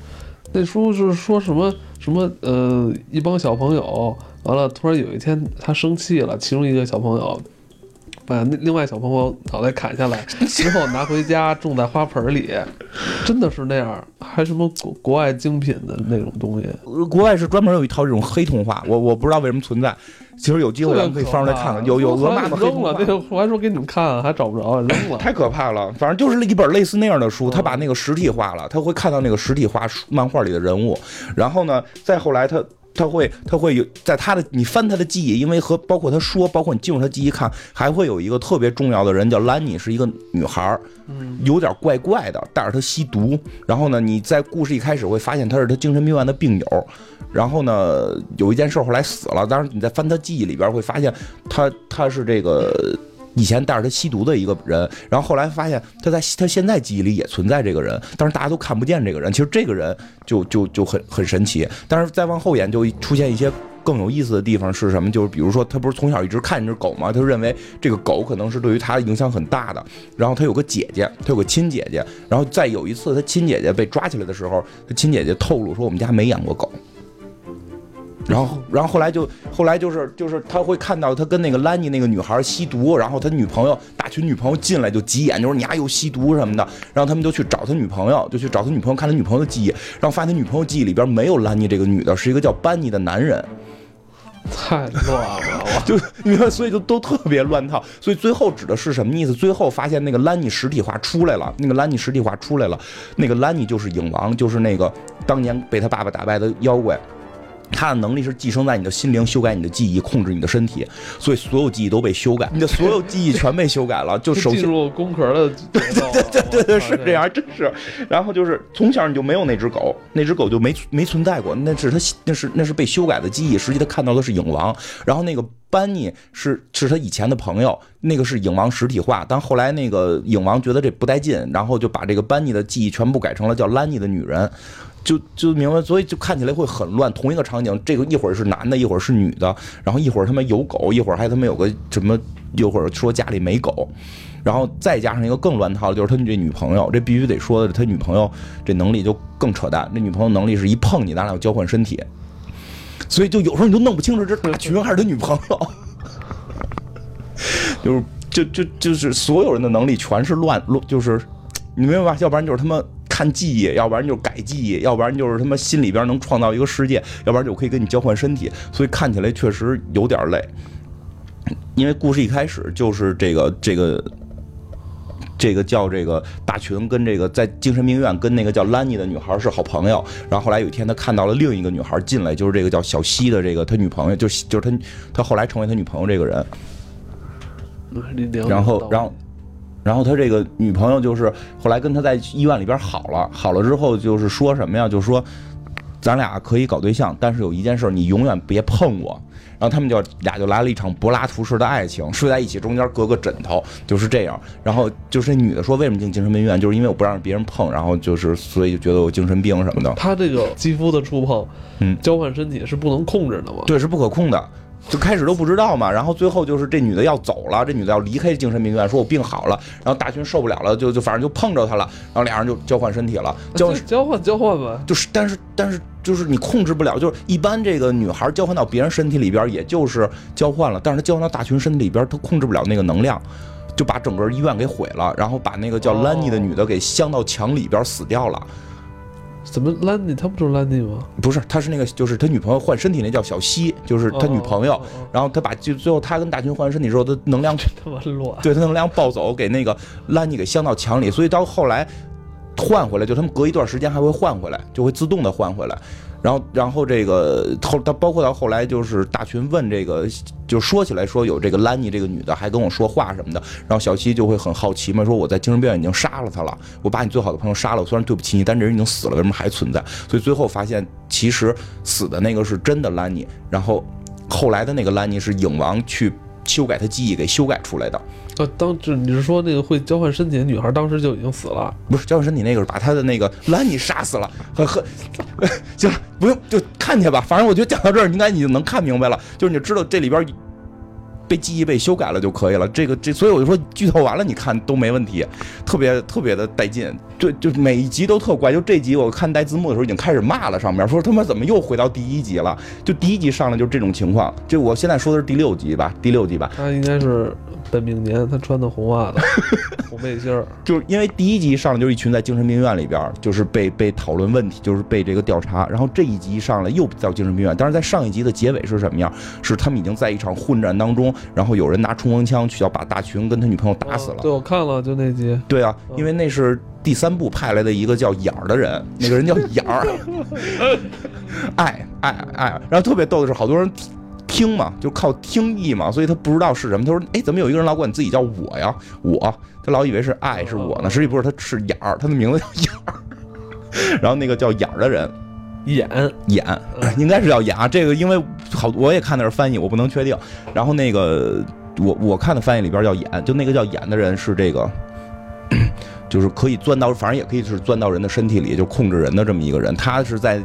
那书就是说什么什么呃，一帮小朋友完了，突然有一天他生气了，其中一个小朋友把另外小朋友脑袋砍下来之后拿回家种在花盆里，真的是那样，还什么国国外精品的那种东西。 国外是专门有一套这种黑童话，我我不知道为什么存在。其实有机会咱们可以放出来看看，有有鹅妈妈黑童话。 那个我还说给你们看，还找不着，扔了， 太可怕了。反正就是一本类似那样的书，他把那个实体化了，他会看到那个实体化漫画里的人物，然后呢，再后来他。他会，他会有在他的你翻他的记忆，因为和包括他说，包括你进入他记忆看，还会有一个特别重要的人叫兰妮，是一个女孩，有点怪怪的，带着她吸毒。然后呢，你在故事一开始会发现她是他精神病院的病友。然后呢，有一件事后来死了，当然你在翻他记忆里边会发现他他是这个。以前带着他吸毒的一个人，然后后来发现他在他现在记忆里也存在这个人，但是大家都看不见这个人。其实这个人就就就很很神奇，但是再往后演就出现一些更有意思的地方是什么？就是比如说他不是从小一直看一只狗吗？他就认为这个狗可能是对于他影响很大的。然后他有个姐姐，他有个亲姐姐，然后再有一次他亲姐姐被抓起来的时候，他亲姐姐透露说我们家没养过狗。然后，然后后来就后来就是就是他会看到他跟那个兰妮那个女孩吸毒，然后他女朋友大群女朋友进来就急眼，就是你丫又吸毒什么的，然后他们就去找他女朋友，就去找他女朋友看他女朋友的记忆，然后发现他女朋友记忆里边没有兰妮这个女的，是一个叫班尼的男人。 太乱了， 就你看，所以就都特别乱套。所以最后指的是什么意思？最后发现那个兰妮实体化出来了，那个兰妮实体化出来了，那个兰妮就是影王，就是那个当年被他爸爸打败的妖怪。他的能力是寄生在你的心灵，修改你的记忆，控制你的身体，所以所有记忆都被修改，你的所有记忆全被修改了。就首先进入工壳的， 对对对对对，是这样，真是。然后就是从小你就没有那只狗，那只狗就没没存在过，那是他那是那是被修改的记忆，实际他看到的是影王。然后那个班尼是是他以前的朋友，那个是影王实体化，但后来那个影王觉得这不带劲，然后就把这个班尼的记忆全部改成了叫兰妮的女人。就就明白，所以就看起来会很乱。同一个场景，这个一会儿是男的，一会儿是女的，然后一会儿他们有狗，一会儿还他们有个什么，一会儿说家里没狗，然后再加上一个更乱套的，就是他这女朋友，这必须得说的，他女朋友这能力就更扯淡。这女朋友能力是一碰你，咱俩要交换身体，所以就有时候你都弄不清楚这是大群还是他女朋友，就是就就就是所有人的能力全是乱，就是你明白吧？要不然就是他妈。看记忆，要不然就是改记忆，要不然就是他妈心里边能创造一个世界，要不然就可以跟你交换身体，所以看起来确实有点累。因为故事一开始就是这个这个这个叫这个大群跟这个在精神病院跟那个叫兰妮的女孩是好朋友，然后后来有一天他看到了另一个女孩进来，就是这个叫小西的这个他女朋友，就是就是他他后来成为他女朋友这个人，然后然后。然后他这个女朋友就是后来跟他在医院里边好了，好了之后就是说什么呀？就是说咱俩可以搞对象，但是有一件事你永远别碰我。然后他们就俩就来了一场柏拉图式的爱情，睡在一起，中间隔个枕头，就是这样。然后就是那女的说为什么进精神病院，就是因为我不让别人碰，然后就是所以就觉得我精神病什么的。 他这个肌肤的触碰， 嗯， 交换身体是不能控制的吗？ 对，是不可控的。就开始都不知道嘛，然后最后就是这女的要走了，这女的要离开精神病院，说我病好了，然后大群受不了了，就就反正就碰着她了，然后俩人就交换身体了，交交换交换吧， 就是但是但是就是你控制不了，就是一般这个女孩交换到别人身体里边，也就是交换了，但是她交换到大群身体里边，她控制不了那个能量，就把整个医院给毁了，然后把那个叫兰妮的女的给镶到墙里边死掉了。 怎么兰妮？他不就是兰妮吗？ 不是，他是那个，就是他女朋友换身体那叫小西，就是他女朋友。哦哦哦、然后他把就最后他跟大群换身体之后，他能量他妈乱， 对他能量暴走，给那个兰妮给镶到墙里，所以到后来换回来，就他们隔一段时间还会换回来，就会自动的换回来。然后，然后这个后，他包括到后来，就是大群问这个，就说起来说有这个兰妮这个女的还跟我说话什么的，然后小西就会很好奇嘛，说我在精神病院已经杀了她了，我把你最好的朋友杀了，我虽然对不起你，但这人已经死了，为什么还存在？所以最后发现，其实死的那个是真的兰妮，然后后来的那个兰妮是影王去修改她记忆给修改出来的。 呃，当时你是说那个会交换身体的女孩当时就已经死了？ 不是交换身体那个是把她的那个兰妮杀死了，很很行了，不用就看去吧。反正我觉得讲到这儿，应该你就能看明白了，就是你知道这里边被记忆被修改了就可以了。这个这，所以我就说剧透完了你看都没问题，特别特别的带劲。就就每一集都特怪，就这集我看带字幕的时候已经开始骂了，上面说他妈怎么又回到第一集了？就第一集上来就这种情况。就我现在说的是第六集吧，第六集吧。 他应该是本命年，他穿的红袜子、红背心儿。 就是因为第一集上来就是一群在精神病院里边，就是被被讨论问题，就是被这个调查。然后这一集上来又到精神病院，但是在上一集的结尾是什么样？是他们已经在一场混战当中，然后有人拿冲锋枪去要把大群跟他女朋友打死了。 哦、对，我看了，就那集。 对啊，因为那是第三部派来的一个叫眼儿的人，那个人叫眼儿，爱爱爱。然后特别逗的是，好多人听嘛，就靠听译嘛，所以他不知道是什么。他说：“哎，怎么有一个人老管自己叫我呀？我，他老以为是爱是我呢，实际不是，他是眼儿，他的名字叫眼儿。然后那个叫眼儿的人。” 演演应该是叫演啊，这个因为好我也看的是翻译，我不能确定。然后那个我我看的翻译里边叫演，就那个叫演的人是这个，就是可以钻到，反正也可以是钻到人的身体里，就控制人的这么一个人。他是在，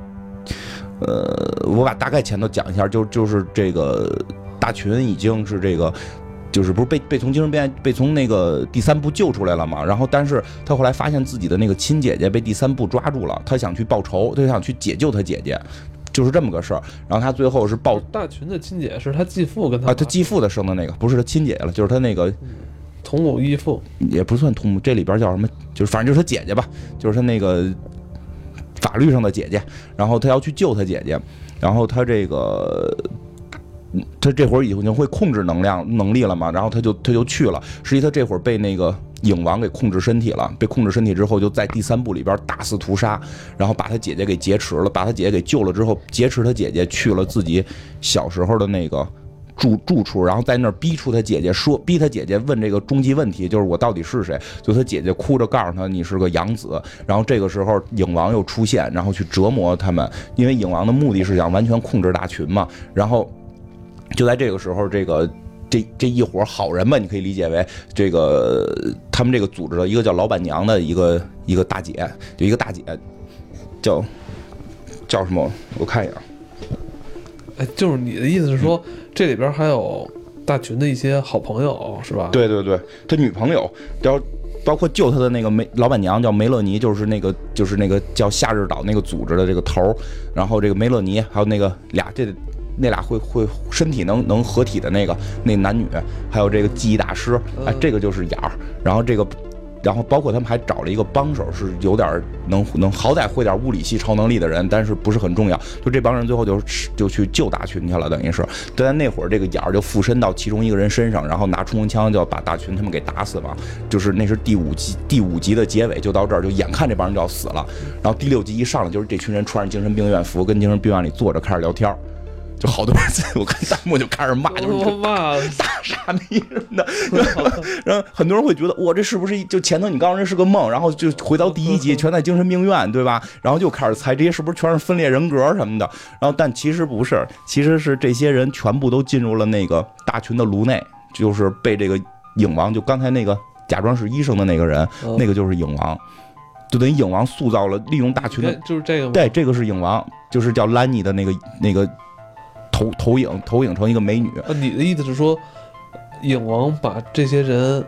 呃，我把大概前头讲一下，就就是这个大群已经是这个。就是不是被被从精神病院被从那个第三部救出来了嘛？然后但是他后来发现自己的那个亲姐姐被第三部抓住了，他想去报仇，他想去解救他姐姐，就是这么个事儿。然后他最后是报大群的亲姐是他继父跟他啊，他继父的生的那个，不是他亲姐姐了，就是他那个、嗯、 同母异父， 也不算同母，这里边叫什么？就是反正就是他姐姐吧，就是他那个法律上的姐姐。然后他要去救他姐姐，然后他这个。他这会儿已经会控制能量能力了嘛，然后他就他就去了。实际他这会儿被那个影王给控制身体了，被控制身体之后，就在第三部里边大肆屠杀，然后把他姐姐给劫持了，把他姐姐给救了之后，劫持他姐姐去了自己小时候的那个住住处，然后在那儿逼出他姐姐说，逼他姐姐问这个终极问题，就是我到底是谁？就他姐姐哭着告诉他你是个养子。然后这个时候影王又出现，然后去折磨他们，因为影王的目的是想完全控制大群嘛，然后。就在这个时候，这个这这一伙好人们，你可以理解为这个他们这个组织的一个叫老板娘的一个一个大姐，有一个大姐叫叫什么？我看一眼。 哎，就是你的意思是说，嗯、这里边还有大群的一些好朋友，是吧？ 对对对，他女朋友，然后包括救他的那个梅老板娘叫梅勒尼，就是那个就是那个叫夏日岛那个组织的这个头，然后这个梅勒尼还有那个俩这。那俩会会身体能能合体的那个那男女，还有这个记忆大师，哎，这个就是眼儿。然后这个，然后包括他们还找了一个帮手，是有点能能好歹会点物理系超能力的人，但是不是很重要。就这帮人最后就就去救大群去了，等于是。就在那会儿，这个眼儿就附身到其中一个人身上，然后拿冲锋枪就要把大群他们给打死嘛。就是那是第五集第五集的结尾，就到这儿，就眼看这帮人就要死了。然后第六集一上来就是这群人穿着精神病院服，跟精神病院里坐着开始聊天。就好多人在我看弹幕就开始骂，就是骂大傻逼什么的，然后然后很多人会觉得我这是不是就前头你刚刚这是个梦，然后就回到第一集全在精神病院，对吧？然后就开始猜这些是不是全是分裂人格什么的，然后但其实不是，其实是这些人全部都进入了那个大群的颅内，就是被这个影王，就刚才那个假装是医生的那个人，嗯、那个就是影王。就等于影王塑造了利用大群的， 就是这个吗？ 对，这个是影王，就是叫兰妮的那个那个。投投影投影成一个美女。 啊，你的意思是说，影王把这些人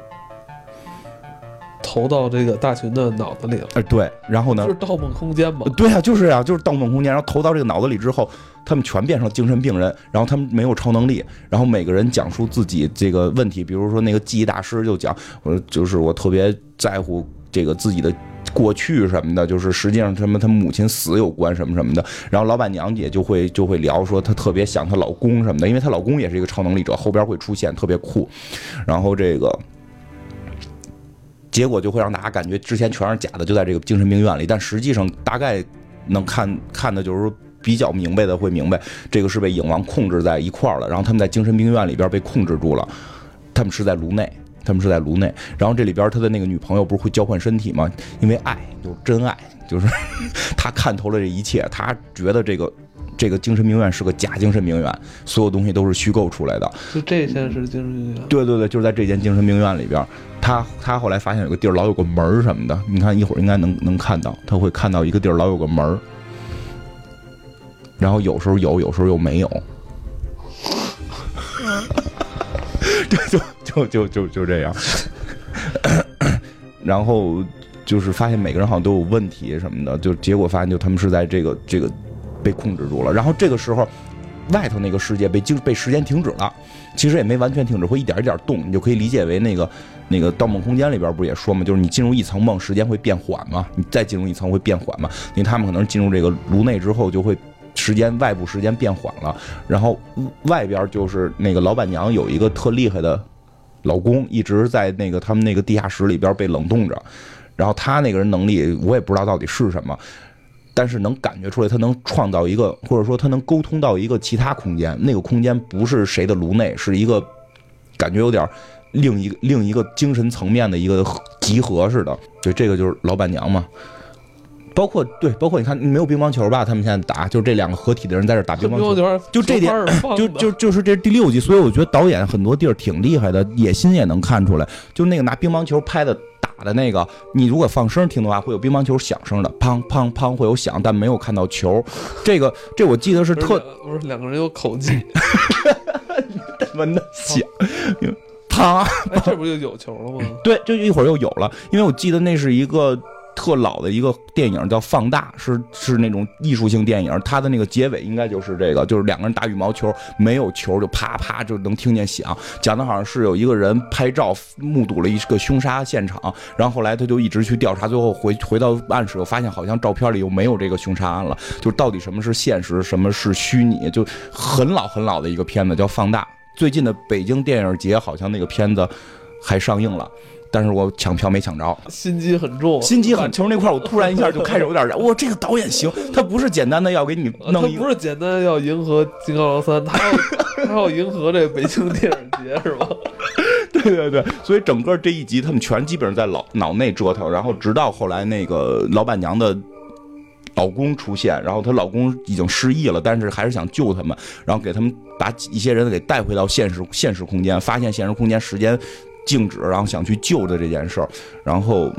投到这个大群的脑子里了？ 呃，对。然后呢？ 就是《盗梦空间》嘛。 对啊，就是啊，就是《盗梦空间》。然后投到这个脑子里之后，他们全变成精神病人，然后他们没有超能力，然后每个人讲述自己这个问题，比如说那个记忆大师就讲，我就是我特别在乎这个自己的。过去什么的，就是实际上什么他母亲死有关什么什么的，然后老板娘也就会就会聊说她特别想她老公什么的，因为她老公也是一个超能力者，后边会出现特别酷，然后这个结果就会让大家感觉之前全是假的，就在这个精神病院里，但实际上大概能看看的就是比较明白的会明白，这个是被影王控制在一块儿了，然后他们在精神病院里边被控制住了，他们是在颅内。他们是在颅内，然后这里边他的那个女朋友不是会交换身体吗？因为爱就是真爱，就是他看透了这一切，他觉得这个这个精神病院是个假精神病院，所有东西都是虚构出来的。 就这间是精神病院？ 对对对，就是在这间精神病院里边，他他后来发现有个地儿老有个门什么的，你看一会儿应该能能看到，他会看到一个地儿老有个门，然后有时候有，有时候又没有。 就就就就就这样。然后就是发现每个人好像都有问题什么的，就结果发现就他们是在这个这个被控制住了。然后这个时候外头那个世界被经被时间停止了，其实也没完全停止，会一点一点动，你就可以理解为那个那个《盗梦空间》里边不是也说嘛，就是你进入一层梦，时间会变缓嘛，你再进入一层会变缓嘛，因为他们可能进入这个颅内之后就会。时间外部时间变缓了，然后外边就是那个老板娘有一个特厉害的老公，一直在那个他们那个地下室里边被冷冻着，然后他那个人能力我也不知道到底是什么，但是能感觉出来他能创造一个，或者说他能沟通到一个其他空间，那个空间不是谁的颅内，是一个感觉有点另一个另一个精神层面的一个集合似的。对，这个就是老板娘嘛。包括对，包括你看没有乒乓球吧？他们现在打就是这两个合体的人在这打乒乓球，就这点，就就就是这第六集，所以我觉得导演很多地儿挺厉害的，野心也能看出来。就那个拿乒乓球拍的打的那个，你如果放声听的话，会有乒乓球响声的，砰砰砰会有响，但没有看到球。这个这我记得是特不是两个人有口技， 他妈的响。啪！ 哎，这不就有球了吗？ 对，就一会儿又有了，因为我记得那是一个。特老的一个电影叫《放大》，是是那种艺术性电影，它的那个结尾应该就是这个，就是两个人打羽毛球，没有球就啪啪就能听见响。讲的好像是有一个人拍照目睹了一个凶杀现场，然后后来他就一直去调查，最后回回到案室，发现好像照片里又没有这个凶杀案了，就到底什么是现实，什么是虚拟，就很老很老的一个片子叫《放大》。最近的北京电影节好像那个片子还上映了。但是我抢票没抢着， 心机很重， 心机很重那块，我突然一下就开始有点燃。哇，这个导演行，他不是简单的要给你弄一个， 他不是简单要迎合金刚狼三，他要他要迎合这北京电影节是吧？ 对对对，所以整个这一集他们全基本上在脑脑内折腾，然后直到后来那个老板娘的老公出现，然后她老公已经失忆了，但是还是想救他们，然后给他们把一些人给带回到现实现实空间，发现现实空间时间静止，然后想去救的这件事儿，然后，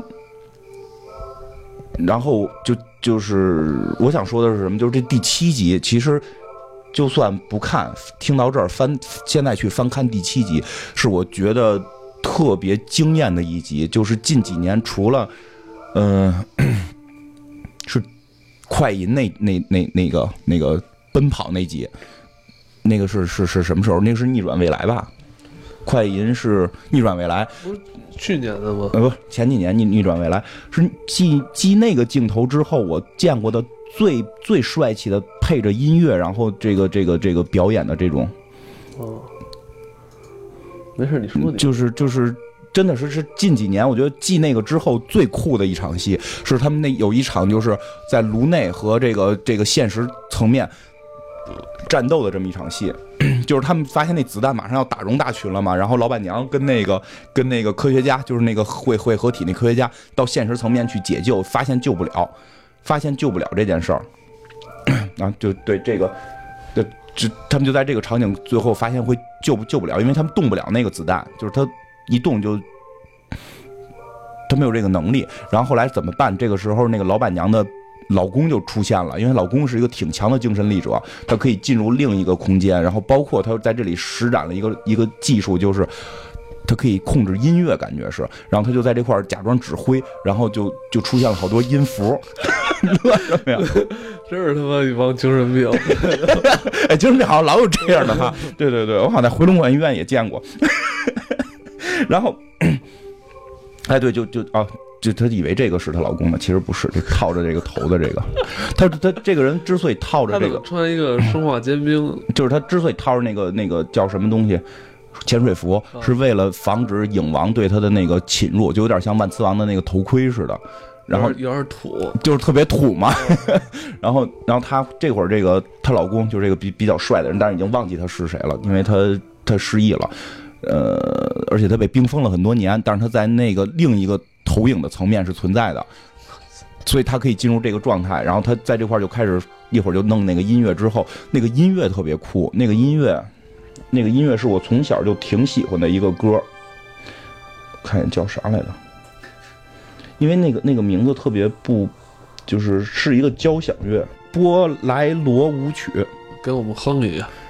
然后就就是我想说的是什么？就是这第七集，其实就算不看，听到这儿翻，现在去翻看第七集，是我觉得特别惊艳的一集。就是近几年除了，嗯、呃，是快银那那那那个那个奔跑那集，那个是是是什么时候？那个是逆转未来吧？快银是逆转未来， 不是去年的吗？ 呃，不，前几年逆逆转未来是继继那个镜头之后，我见过的最最帅气的配着音乐，然后这个这个这个表演的这种。 哦，没事，你说你。 就是就是真的是是近几年，我觉得继那个之后最酷的一场戏，是他们那有一场就是在颅内和这个这个现实层面战斗的这么一场戏。就是他们发现那子弹马上要打中大群了嘛，然后老板娘跟那个跟那个科学家，就是那个会会合体那科学家，到现实层面去解救，发现救不了，发现救不了这件事儿，然后就对这个，就就他们就在这个场景最后发现会救不救不了，因为他们动不了那个子弹，就是他一动就他没有这个能力，然后后来怎么办？这个时候那个老板娘的老公就出现了，因为老公是一个挺强的精神力者，他可以进入另一个空间，然后包括他在这里施展了一个一个技术，就是他可以控制音乐，感觉是，然后他就在这块假装指挥，然后就就出现了好多音符，乐什么呀？ 真是他妈一帮精神病！ 哎，精神病好像老有这样的哈。对对对，我好像在回龙观医院也见过。然后，哎，对，就就啊。就他以为这个是她老公呢，其实不是，这套着这个头的这个，他他这个人之所以套着这个， 穿一个生化尖兵， 就是他之所以套着那个那个叫什么东西潜水服，是为了防止影王对他的那个侵入，就有点像万磁王的那个头盔似的。然后有点土， 就是特别土嘛。然后，然后她这会儿这个她老公就是这个比比较帅的人，但是已经忘记他是谁了，因为他他失忆了，呃，而且他被冰封了很多年，但是他在那个另一个投影的层面是存在的，所以他可以进入这个状态。然后他在这块就开始一会儿就弄那个音乐，之后那个音乐特别酷，那个音乐，那个音乐是我从小就挺喜欢的一个歌，看见叫啥来着？因为那个那个名字特别不，就是是一个交响乐，波莱罗舞曲。 给我们哼一个。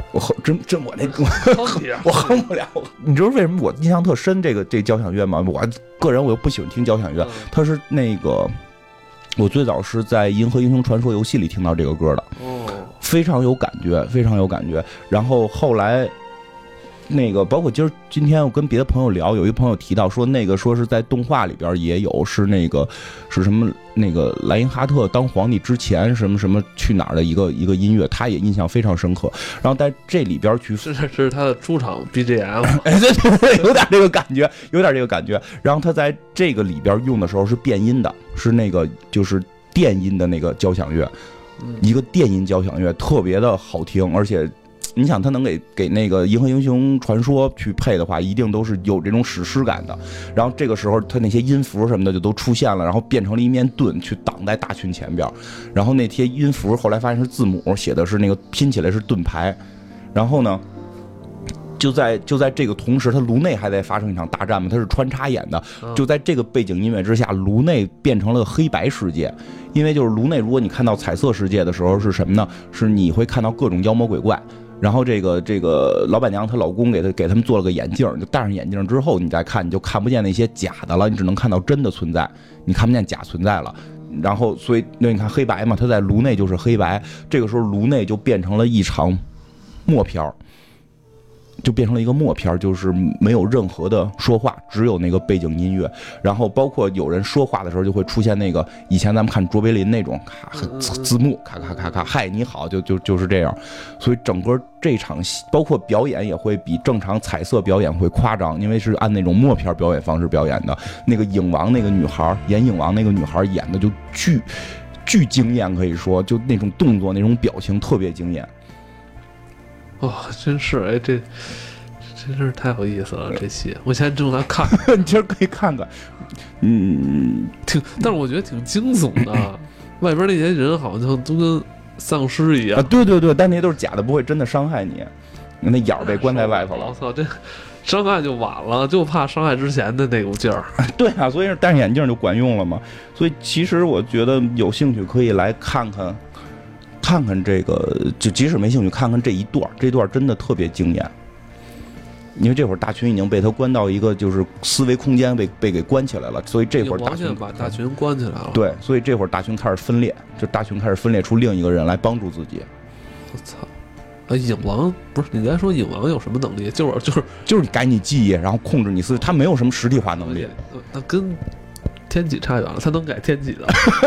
我哼真真我那哼我哼不了。你知道为什么我印象特深这个这交响乐吗？我个人我又不喜欢听交响乐，它是那个我最早是在《银河英雄传说》游戏里听到这个歌的， 哦， 非常有感觉，非常有感觉。然后后来。那个包括今儿今天我跟别的朋友聊，有一朋友提到说那个说是在动画里边也有，是那个是什么那个莱因哈特当皇帝之前什么什么去哪儿的一个一个音乐，他也印象非常深刻。然后在这里边去， 这这是他的出场 B G M， 哎，对对对，有点这个感觉，有点这个感觉。然后他在这个里边用的时候是变音的，是那个就是电音的那个交响乐，一个电音交响乐特别的好听，而且。你想他能给给那个《银河英雄传说》去配的话，一定都是有这种史诗感的。然后这个时候，他那些音符什么的就都出现了，然后变成了一面盾去挡在大群前边。然后那些音符后来发现是字母，写的是那个拼起来是盾牌。然后呢，就在就在这个同时，他颅内还在发生一场大战嘛，他是穿插演的。就在这个背景音乐之下，颅内变成了黑白世界。因为就是颅内，如果你看到彩色世界的时候是什么呢？是你会看到各种妖魔鬼怪。然后这个这个老板娘她老公给她给他们做了个眼镜，就戴上眼镜之后，你再看你就看不见那些假的了，你只能看到真的存在，你看不见假存在了。然后所以那你看黑白嘛，它在颅内就是黑白，这个时候颅内就变成了一场默片，就变成了一个默片，就是没有任何的说话，只有那个背景音乐。然后包括有人说话的时候，就会出现那个以前咱们看卓别林那种咔字幕，咔咔咔咔，嗨你好，就就就是这样。所以整个这场戏，包括表演也会比正常彩色表演会夸张，因为是按那种默片表演方式表演的。那个影王那个女孩演影王那个女孩演的就巨巨惊艳，可以说就那种动作那种表情特别惊艳。 哦，真是哎，这真是太有意思了，这戏我现在正在看， 你今儿可以看看，嗯， 挺，但是我觉得挺惊悚的，外边那些人好像都跟丧尸一样啊，对对对，但那些都是假的，不会真的伤害你，那眼儿被关在外头了， 我操，这伤害就晚了，就怕伤害之前的那股劲儿。 对啊，所以戴上眼镜就管用了嘛。所以其实我觉得有兴趣可以来看看。看看这个，就即使没兴趣，看看这一段，这段真的特别惊艳。因为这会儿大群已经被他关到一个就是思维空间被被给关起来了，所以这会儿大群把大群关起来了。 对，所以这会儿大群开始分裂，就大群开始分裂出另一个人来帮助自己。 我操！啊，影王不是你刚才说影王有什么能力？就是就是就是改你记忆，然后控制你思维，他没有什么实体化能力。 那跟天启差远了，他能改天启的，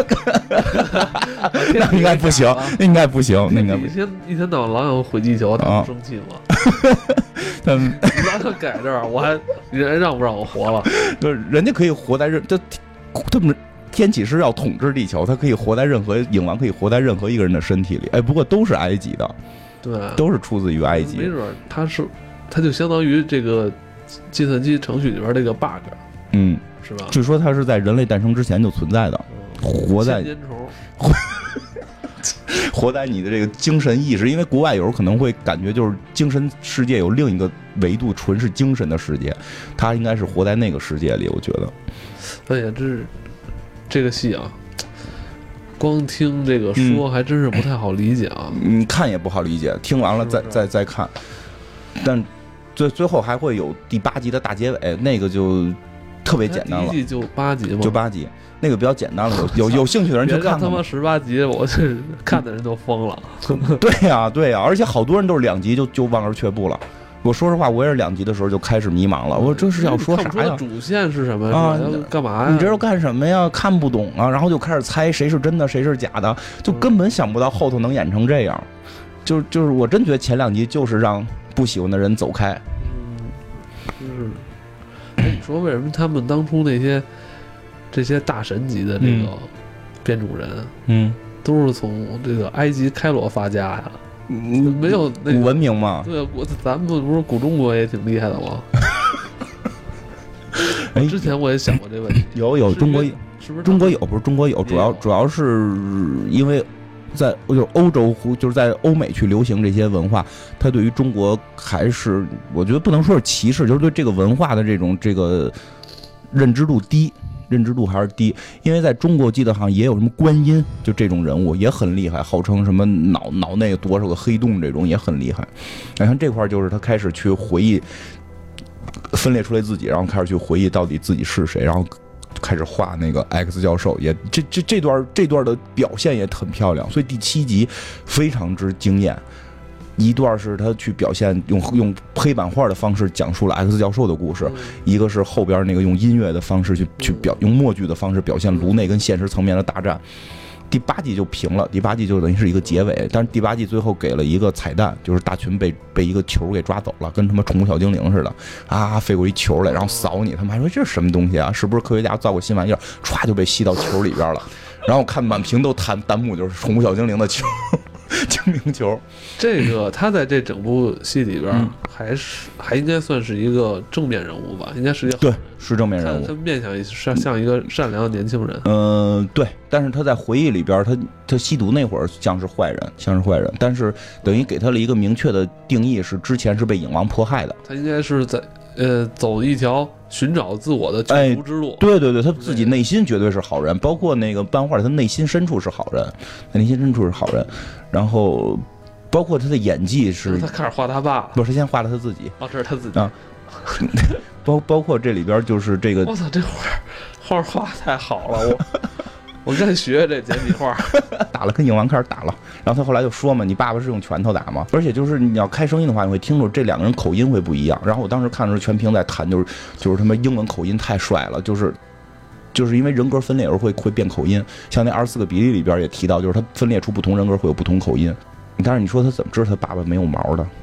那应该不行，那应该不行，那应该不行。一天到晚老想毁地球，他不生气吗？ 他们让他改这儿，我还人让不让我活了？ 就是人家可以活在任，他他们天启是要统治地球，他可以活在任何影王，可以活在任何一个人的身体里。哎，不过都是埃及的， 对， 都是出自于埃及。 没准他是，他就相当于这个计算机程序里边这个 bug， 嗯。 是吧？ 据说它是在人类诞生之前就存在的，嗯、活在活, 活在你的这个精神意识。因为国外有时候可能会感觉就是精神世界有另一个维度，纯是精神的世界，它应该是活在那个世界里。我觉得， 哎呀，这是这个戏啊，光听这个说还真是不太好理解啊。 你、嗯、看也不好理解，听完了再再再看，但最最后还会有第八集的大结尾，那个就。特别简单了， 第一季就八集嘛， 就八集，那个比较简单了。有有有兴趣的人去看看。 他妈十八集，我这看的人都疯了。 对呀、啊，对呀、啊，而且好多人都是两集就就望而却步了。我说实话，我也是两集的时候就开始迷茫了。我这是要说啥呀？ 主线是什么啊？ 干嘛呀？ 你这要干什么呀？看不懂啊，然后就开始猜谁是真的，谁是假的，就根本想不到后头能演成这样。就就是我真觉得前两集就是让不喜欢的人走开。 嗯，就是。哎，你说为什么他们当初那些这些大神级的这个编主人， 嗯，都是从这个埃及开罗发家呀？嗯，没有那古文明嘛？ 对，我咱们不是古中国也挺厉害的吗？哎，之前我也想过这个问题。 有有中国是不是中国有不是中国有？主要主要是因为。在就是欧洲，就是在欧美去流行这些文化，它对于中国还是我觉得不能说是歧视，就是对这个文化的这种这个认知度低， 认知度还是低，因为在中国我记得好像也有什么观音，就这种人物也很厉害，号称什么脑脑内多少个黑洞这种也很厉害。你看这块就是他开始去回忆，分裂出来自己，然后开始去回忆到底自己是谁，然后开始画那个 X 教授，也这这这段这段的表现也很漂亮，所以第七集非常之惊艳。一段是他去表现用用黑板画的方式讲述了 X 教授的故事，一个是后边那个用音乐的方式去去表用默剧的方式表现颅内跟现实层面的大战。第八季就平了，第八季就等于是一个结尾，但是第八季最后给了一个彩蛋，就是大群被被一个球给抓走了，跟他妈宠物小精灵似的啊，飞过一球来，然后扫你，他们还说这是什么东西啊？是不是科学家造过新玩意儿？歘就被吸到球里边了，然后我看满屏都弹弹幕，就是宠物小精灵的球。精灵球， 这个他在这整部戏里边还是、嗯、还应该算是一个正面人物吧，应该是一个对是正面人物， 他面相像像一个善良的年轻人。 嗯、呃，对，但是他在回忆里边，他他吸毒那会儿像是坏人，像是坏人，但是等于给他了一个明确的定义，是之前是被影王迫害的， 他应该是在呃走一条寻找自我的救赎之路、 哎。对对对，他自己内心绝对是好人，包括那个漫画里，他内心深处是好人，他内心深处是好人。然后，包括他的演技是， 他开始画他爸了， 不是先画了他自己。 哦，这是他自己啊。包包括这里边就是这个， 我操，这画画画太好了，我我该学这简笔画。 打了跟影王开始打了，然后他后来就说嘛，你爸爸是用拳头打吗？而且就是你要开声音的话，你会听出这两个人口音会不一样。然后我当时看的时候，全屏在谈，就是就是他们英文口音太帅了，就是。就是因为人格分裂而会会变口音，像那二十四个比例里边也提到，就是他分裂出不同人格会有不同口音。但是你说他怎么知道他爸爸没有毛的？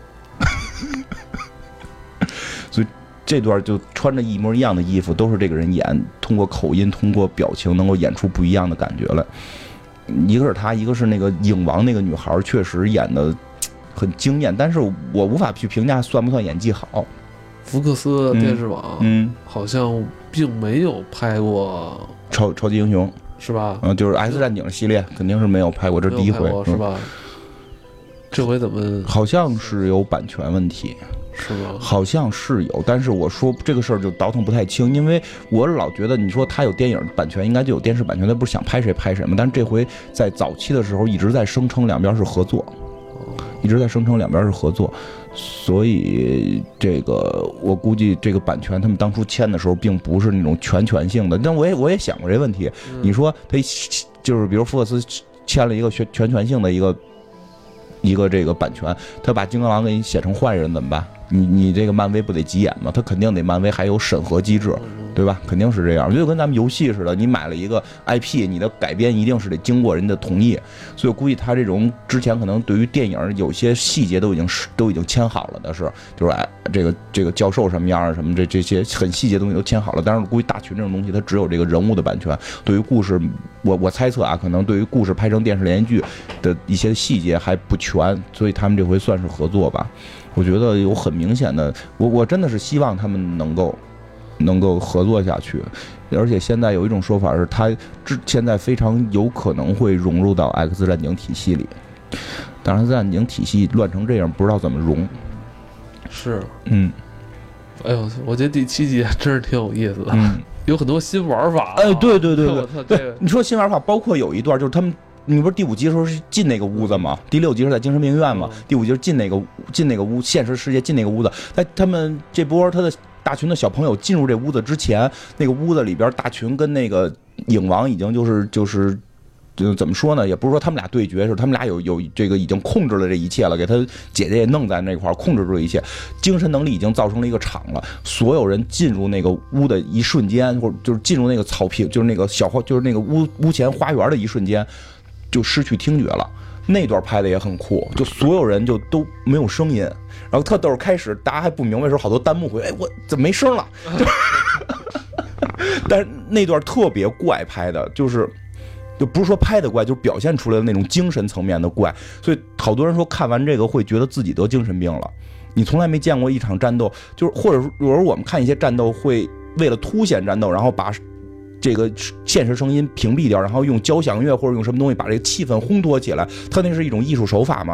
所以这段就穿着一模一样的衣服，都是这个人演，通过口音、通过表情能够演出不一样的感觉来。一个是他，一个是那个影王那个女孩，确实演的很惊艳，但是我无法去评价算不算演技好。 福克斯电视网， 嗯， 好像并没有拍过超超级英雄， 是吧？ 嗯，就是 X 战警系列肯定是没有拍过，这是第一回， 是吧？嗯、这回怎么？ 好像是有版权问题， 是吗？ 好像是有，但是我说这个事儿就倒腾不太清，因为我老觉得你说他有电影版权，应该就有电视版权，他不是想拍谁拍谁吗？但是这回在早期的时候一直在声称两边是合作，一直在声称两边是合作。所以这个我估计这个版权他们当初签的时候并不是那种全权性的，但我也我也想过这问题。 嗯、 你说他就是比如福克斯签了一个全全权性的一个一个这个版权，他把金刚狼给你写成坏人怎么办？你你这个漫威不得急眼吗？他肯定得漫威还有审核机制，对吧？肯定是这样，就跟咱们游戏似的，你买了一个 I P， 你的改编一定是得经过人的同意。所以我估计他这种之前可能对于电影有些细节都已经都已经签好了的是，就是哎这个这个教授什么样啊什么这这些很细节东西都签好了。但是我估计大群这种东西它只有这个人物的版权，对于故事我我猜测啊，可能对于故事拍成电视连续剧的一些细节还不全，所以他们这回算是合作吧。我觉得有很明显的，我我真的是希望他们能够能够合作下去，而且现在有一种说法是，他现在非常有可能会融入到 X 战警体系里，但是 X 战警体系乱成这样，不知道怎么融。 是， 嗯， 哎呦，我觉得第七集真是挺有意思的， 嗯， 有很多新玩法、啊。 哎，对对对对对， 对，你说新玩法，包括有一段就是他们。你不是第五集的时候是进那个屋子吗？第六集是在精神病院嘛？第五集是进那个进那个屋，现实世界进那个屋子。在他们这波他的大群的小朋友进入这屋子之前，那个屋子里边大群跟那个影王已经就是就是就怎么说呢？也不是说他们俩对决，是他们俩有有这个已经控制了这一切了，给他姐姐也弄在那块儿，控制住一切，精神能力已经造成了一个场了。所有人进入那个屋的一瞬间，或者就是进入那个草坪，就是那个小花，就是那个屋屋前花园的一瞬间。就失去听觉了，那段拍的也很酷，就所有人就都没有声音，然后特逗开始大家还不明白的时候，好多弹幕会，哎，我怎么没声了？就但是那段特别怪拍的，就是就不是说拍的怪，就是表现出来的那种精神层面的怪，所以好多人说看完这个会觉得自己得精神病了。你从来没见过一场战斗，就是或者有时候我们看一些战斗会为了凸显战斗，然后把这个现实声音屏蔽掉，然后用交响乐或者用什么东西把这个气氛烘托起来，它那是一种艺术手法嘛。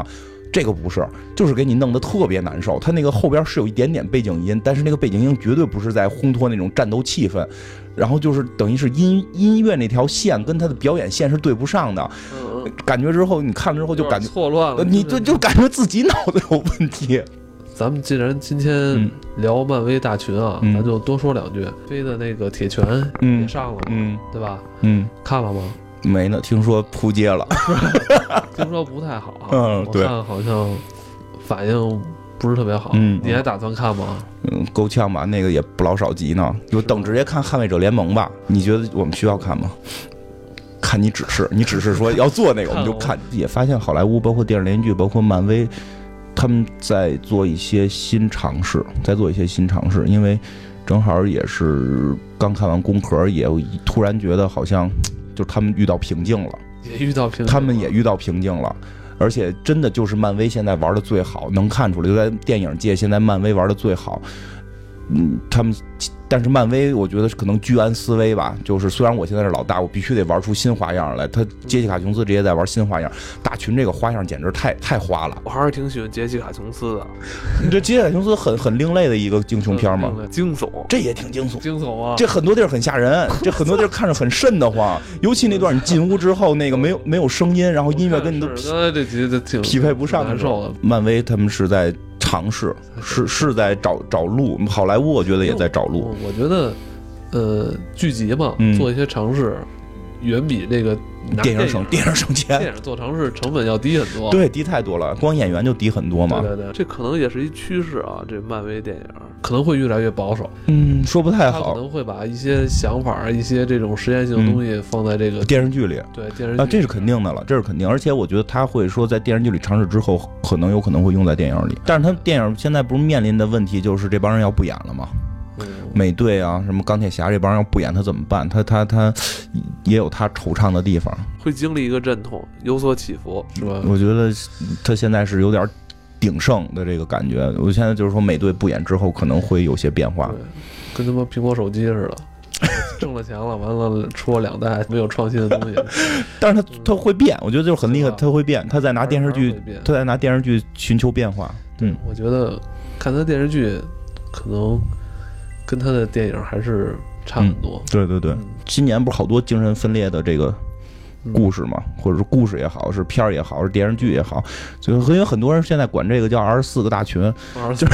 这个不是，就是给你弄得特别难受。他那个后边是有一点点背景音，但是那个背景音绝对不是在烘托那种战斗气氛，然后就是等于是音音乐那条线跟他的表演线是对不上的。嗯、感觉之后你看了之后就感觉错乱了， 你就就感觉自己脑子有问题。 咱们既然今天聊漫威大群啊，嗯、咱就多说两句。飞的那个铁拳也上了嘛， 嗯， 对吧？ 嗯， 看了吗？ 没呢，听说扑街了， 听说不太好、啊。 嗯，对， 我看好像反应不是特别好。 嗯， 你还打算看吗？ 嗯，够呛吧，那个也不老少集呢。就等直接看《捍卫者联盟》吧。你觉得我们需要看吗？看你指示，你只是说要做那个，我们就看。也发现好莱坞，包括电视连续剧，包括漫威，他们在做一些新尝试，在做一些新尝试。因为正好也是刚看完《攻壳》，也突然觉得好像。就他们遇到瓶颈了， 也遇到瓶颈， 他们也遇到瓶颈了，而且真的就是漫威现在玩的最好，能看出来，就在电影界现在漫威玩的最好。嗯，他们，但是漫威我觉得可能居安思危吧，就是虽然我现在是老大，我必须得玩出新花样来。他杰西卡琼斯这些在玩新花样，大群这个花样简直太太花了。 我还是挺喜欢杰西卡琼斯的， 这杰西卡琼斯很很另类的一个英雄片嘛， 惊悚， 这也挺惊悚， 惊悚啊！ 这很多地儿很吓人，这很多地儿看着很瘆得慌，尤其那段你进屋之后，那个没有没有声音，然后音乐跟你都这集的挺匹配不上， 难受的。 漫威他们是在。尝试是是在找找路，好莱坞我觉得也在找路。 我觉得，呃，剧集嘛， 嗯、 做一些尝试，远比这个电影省电影省钱， 电影做尝试成本要低很多。 对，低太多了，光演员就低很多嘛。 对对对，这可能也是一趋势啊。这漫威电影可能会越来越保守。 嗯，说不太好。 他可能会把一些想法、一些这种实验性的东西放在这个、 嗯、电视剧里。 对电视剧啊，这是肯定的了，这是肯定。而且我觉得他会说，在电视剧里尝试之后，可能有可能会用在电影里。但是他电影现在不是面临的问题就是这帮人要不演了吗？美队啊，什么钢铁侠这帮人要不演他怎么办？他他他也有他惆怅的地方， 会经历一个阵痛，有所起伏，是吧？ 我觉得他现在是有点鼎盛的这个感觉。我现在就是说，美队不演之后可能会有些变化， 跟他妈苹果手机似的，挣了钱了，完了出了两代没有创新的东西。 但是他他会变，我觉得就是很厉害，他会变，他在拿电视剧，他在拿电视剧寻求变化。嗯， 我觉得看他电视剧可能。跟他的电影还是差很多。 嗯、对对对、嗯，今年不是好多精神分裂的这个故事嘛，嗯、或者是故事也好，是片儿也好，是电视剧也好，所以因为很多人现在管这个叫二十四个大群。 二十四。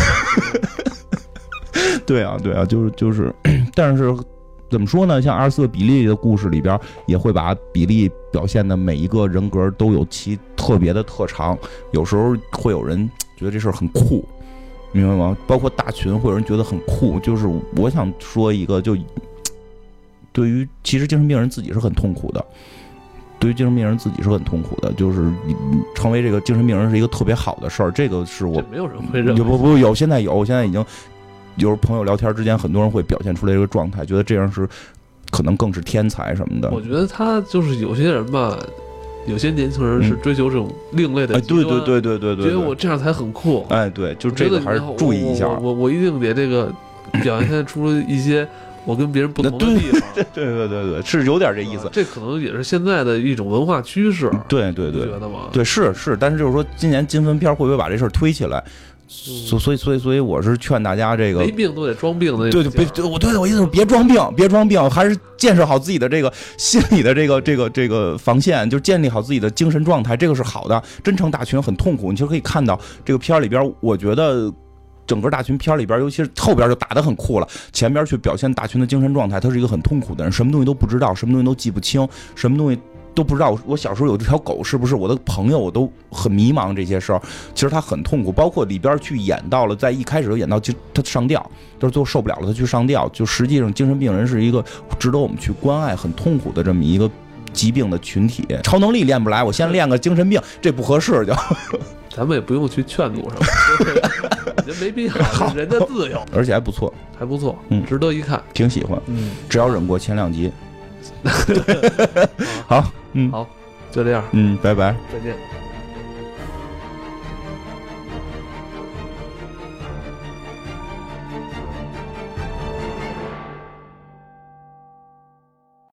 对啊，对啊，就是就是，但是怎么说呢？像二十四个比利的故事里边，也会把比利表现的每一个人格都有其特别的特长，有时候会有人觉得这事儿很酷。明白吗？包括大群会有人觉得很酷，就是我想说一个，就对于其实精神病人自己是很痛苦的，对于精神病人自己是很痛苦的，就是成为这个精神病人是一个特别好的事儿，这个是我没有人会认为， 不不有，现在有，现在已经有朋友聊天之间，很多人会表现出来这个状态，觉得这样是可能更是天才什么的。 我觉得他就是有些人吧。有些年轻人是追求这种另类的极端、 嗯哎，对对对对对对， 觉得我这样才很酷。 哎，对，就这个还是注意一下。 我我 我, 我一定得这个表现出一些我跟别人不同的地方。 对对对对对，是有点这意思、 啊。这可能也是现在的一种文化趋势。 对对对， 觉得吗？ 对，是是，但是就是说，今年金分片会不会把这事儿推起来？所所以所以所以我是劝大家这个没病都得装病的， 对对，别我对我意思是别装病，别装病，还是建设好自己的这个心理的这个这个这个防线，就建立好自己的精神状态，这个是好的。真诚大群很痛苦，你就可以看到这个片里边，我觉得整个大群片里边，尤其是后边就打得很酷了，前边去表现大群的精神状态，他是一个很痛苦的人，什么东西都不知道，什么东西都记不清，什么东西。都不知道我小时候有这条狗是不是我的朋友，我都很迷茫这些事儿。其实他很痛苦，包括里边去演到了，在一开始就演到就他上吊，就是最后受不了了，他去上吊。就实际上精神病人是一个值得我们去关爱、很痛苦的这么一个疾病的群体。超能力练不来，我先练个精神病，这不合适就。 咱们也不用去劝阻什么，人没必要，人的自由， 而且还不错， 还不错， 嗯， 值得一看， 挺喜欢， 嗯， 只要忍过前两集。好，嗯， 好，就这样， 嗯，拜拜， 再见。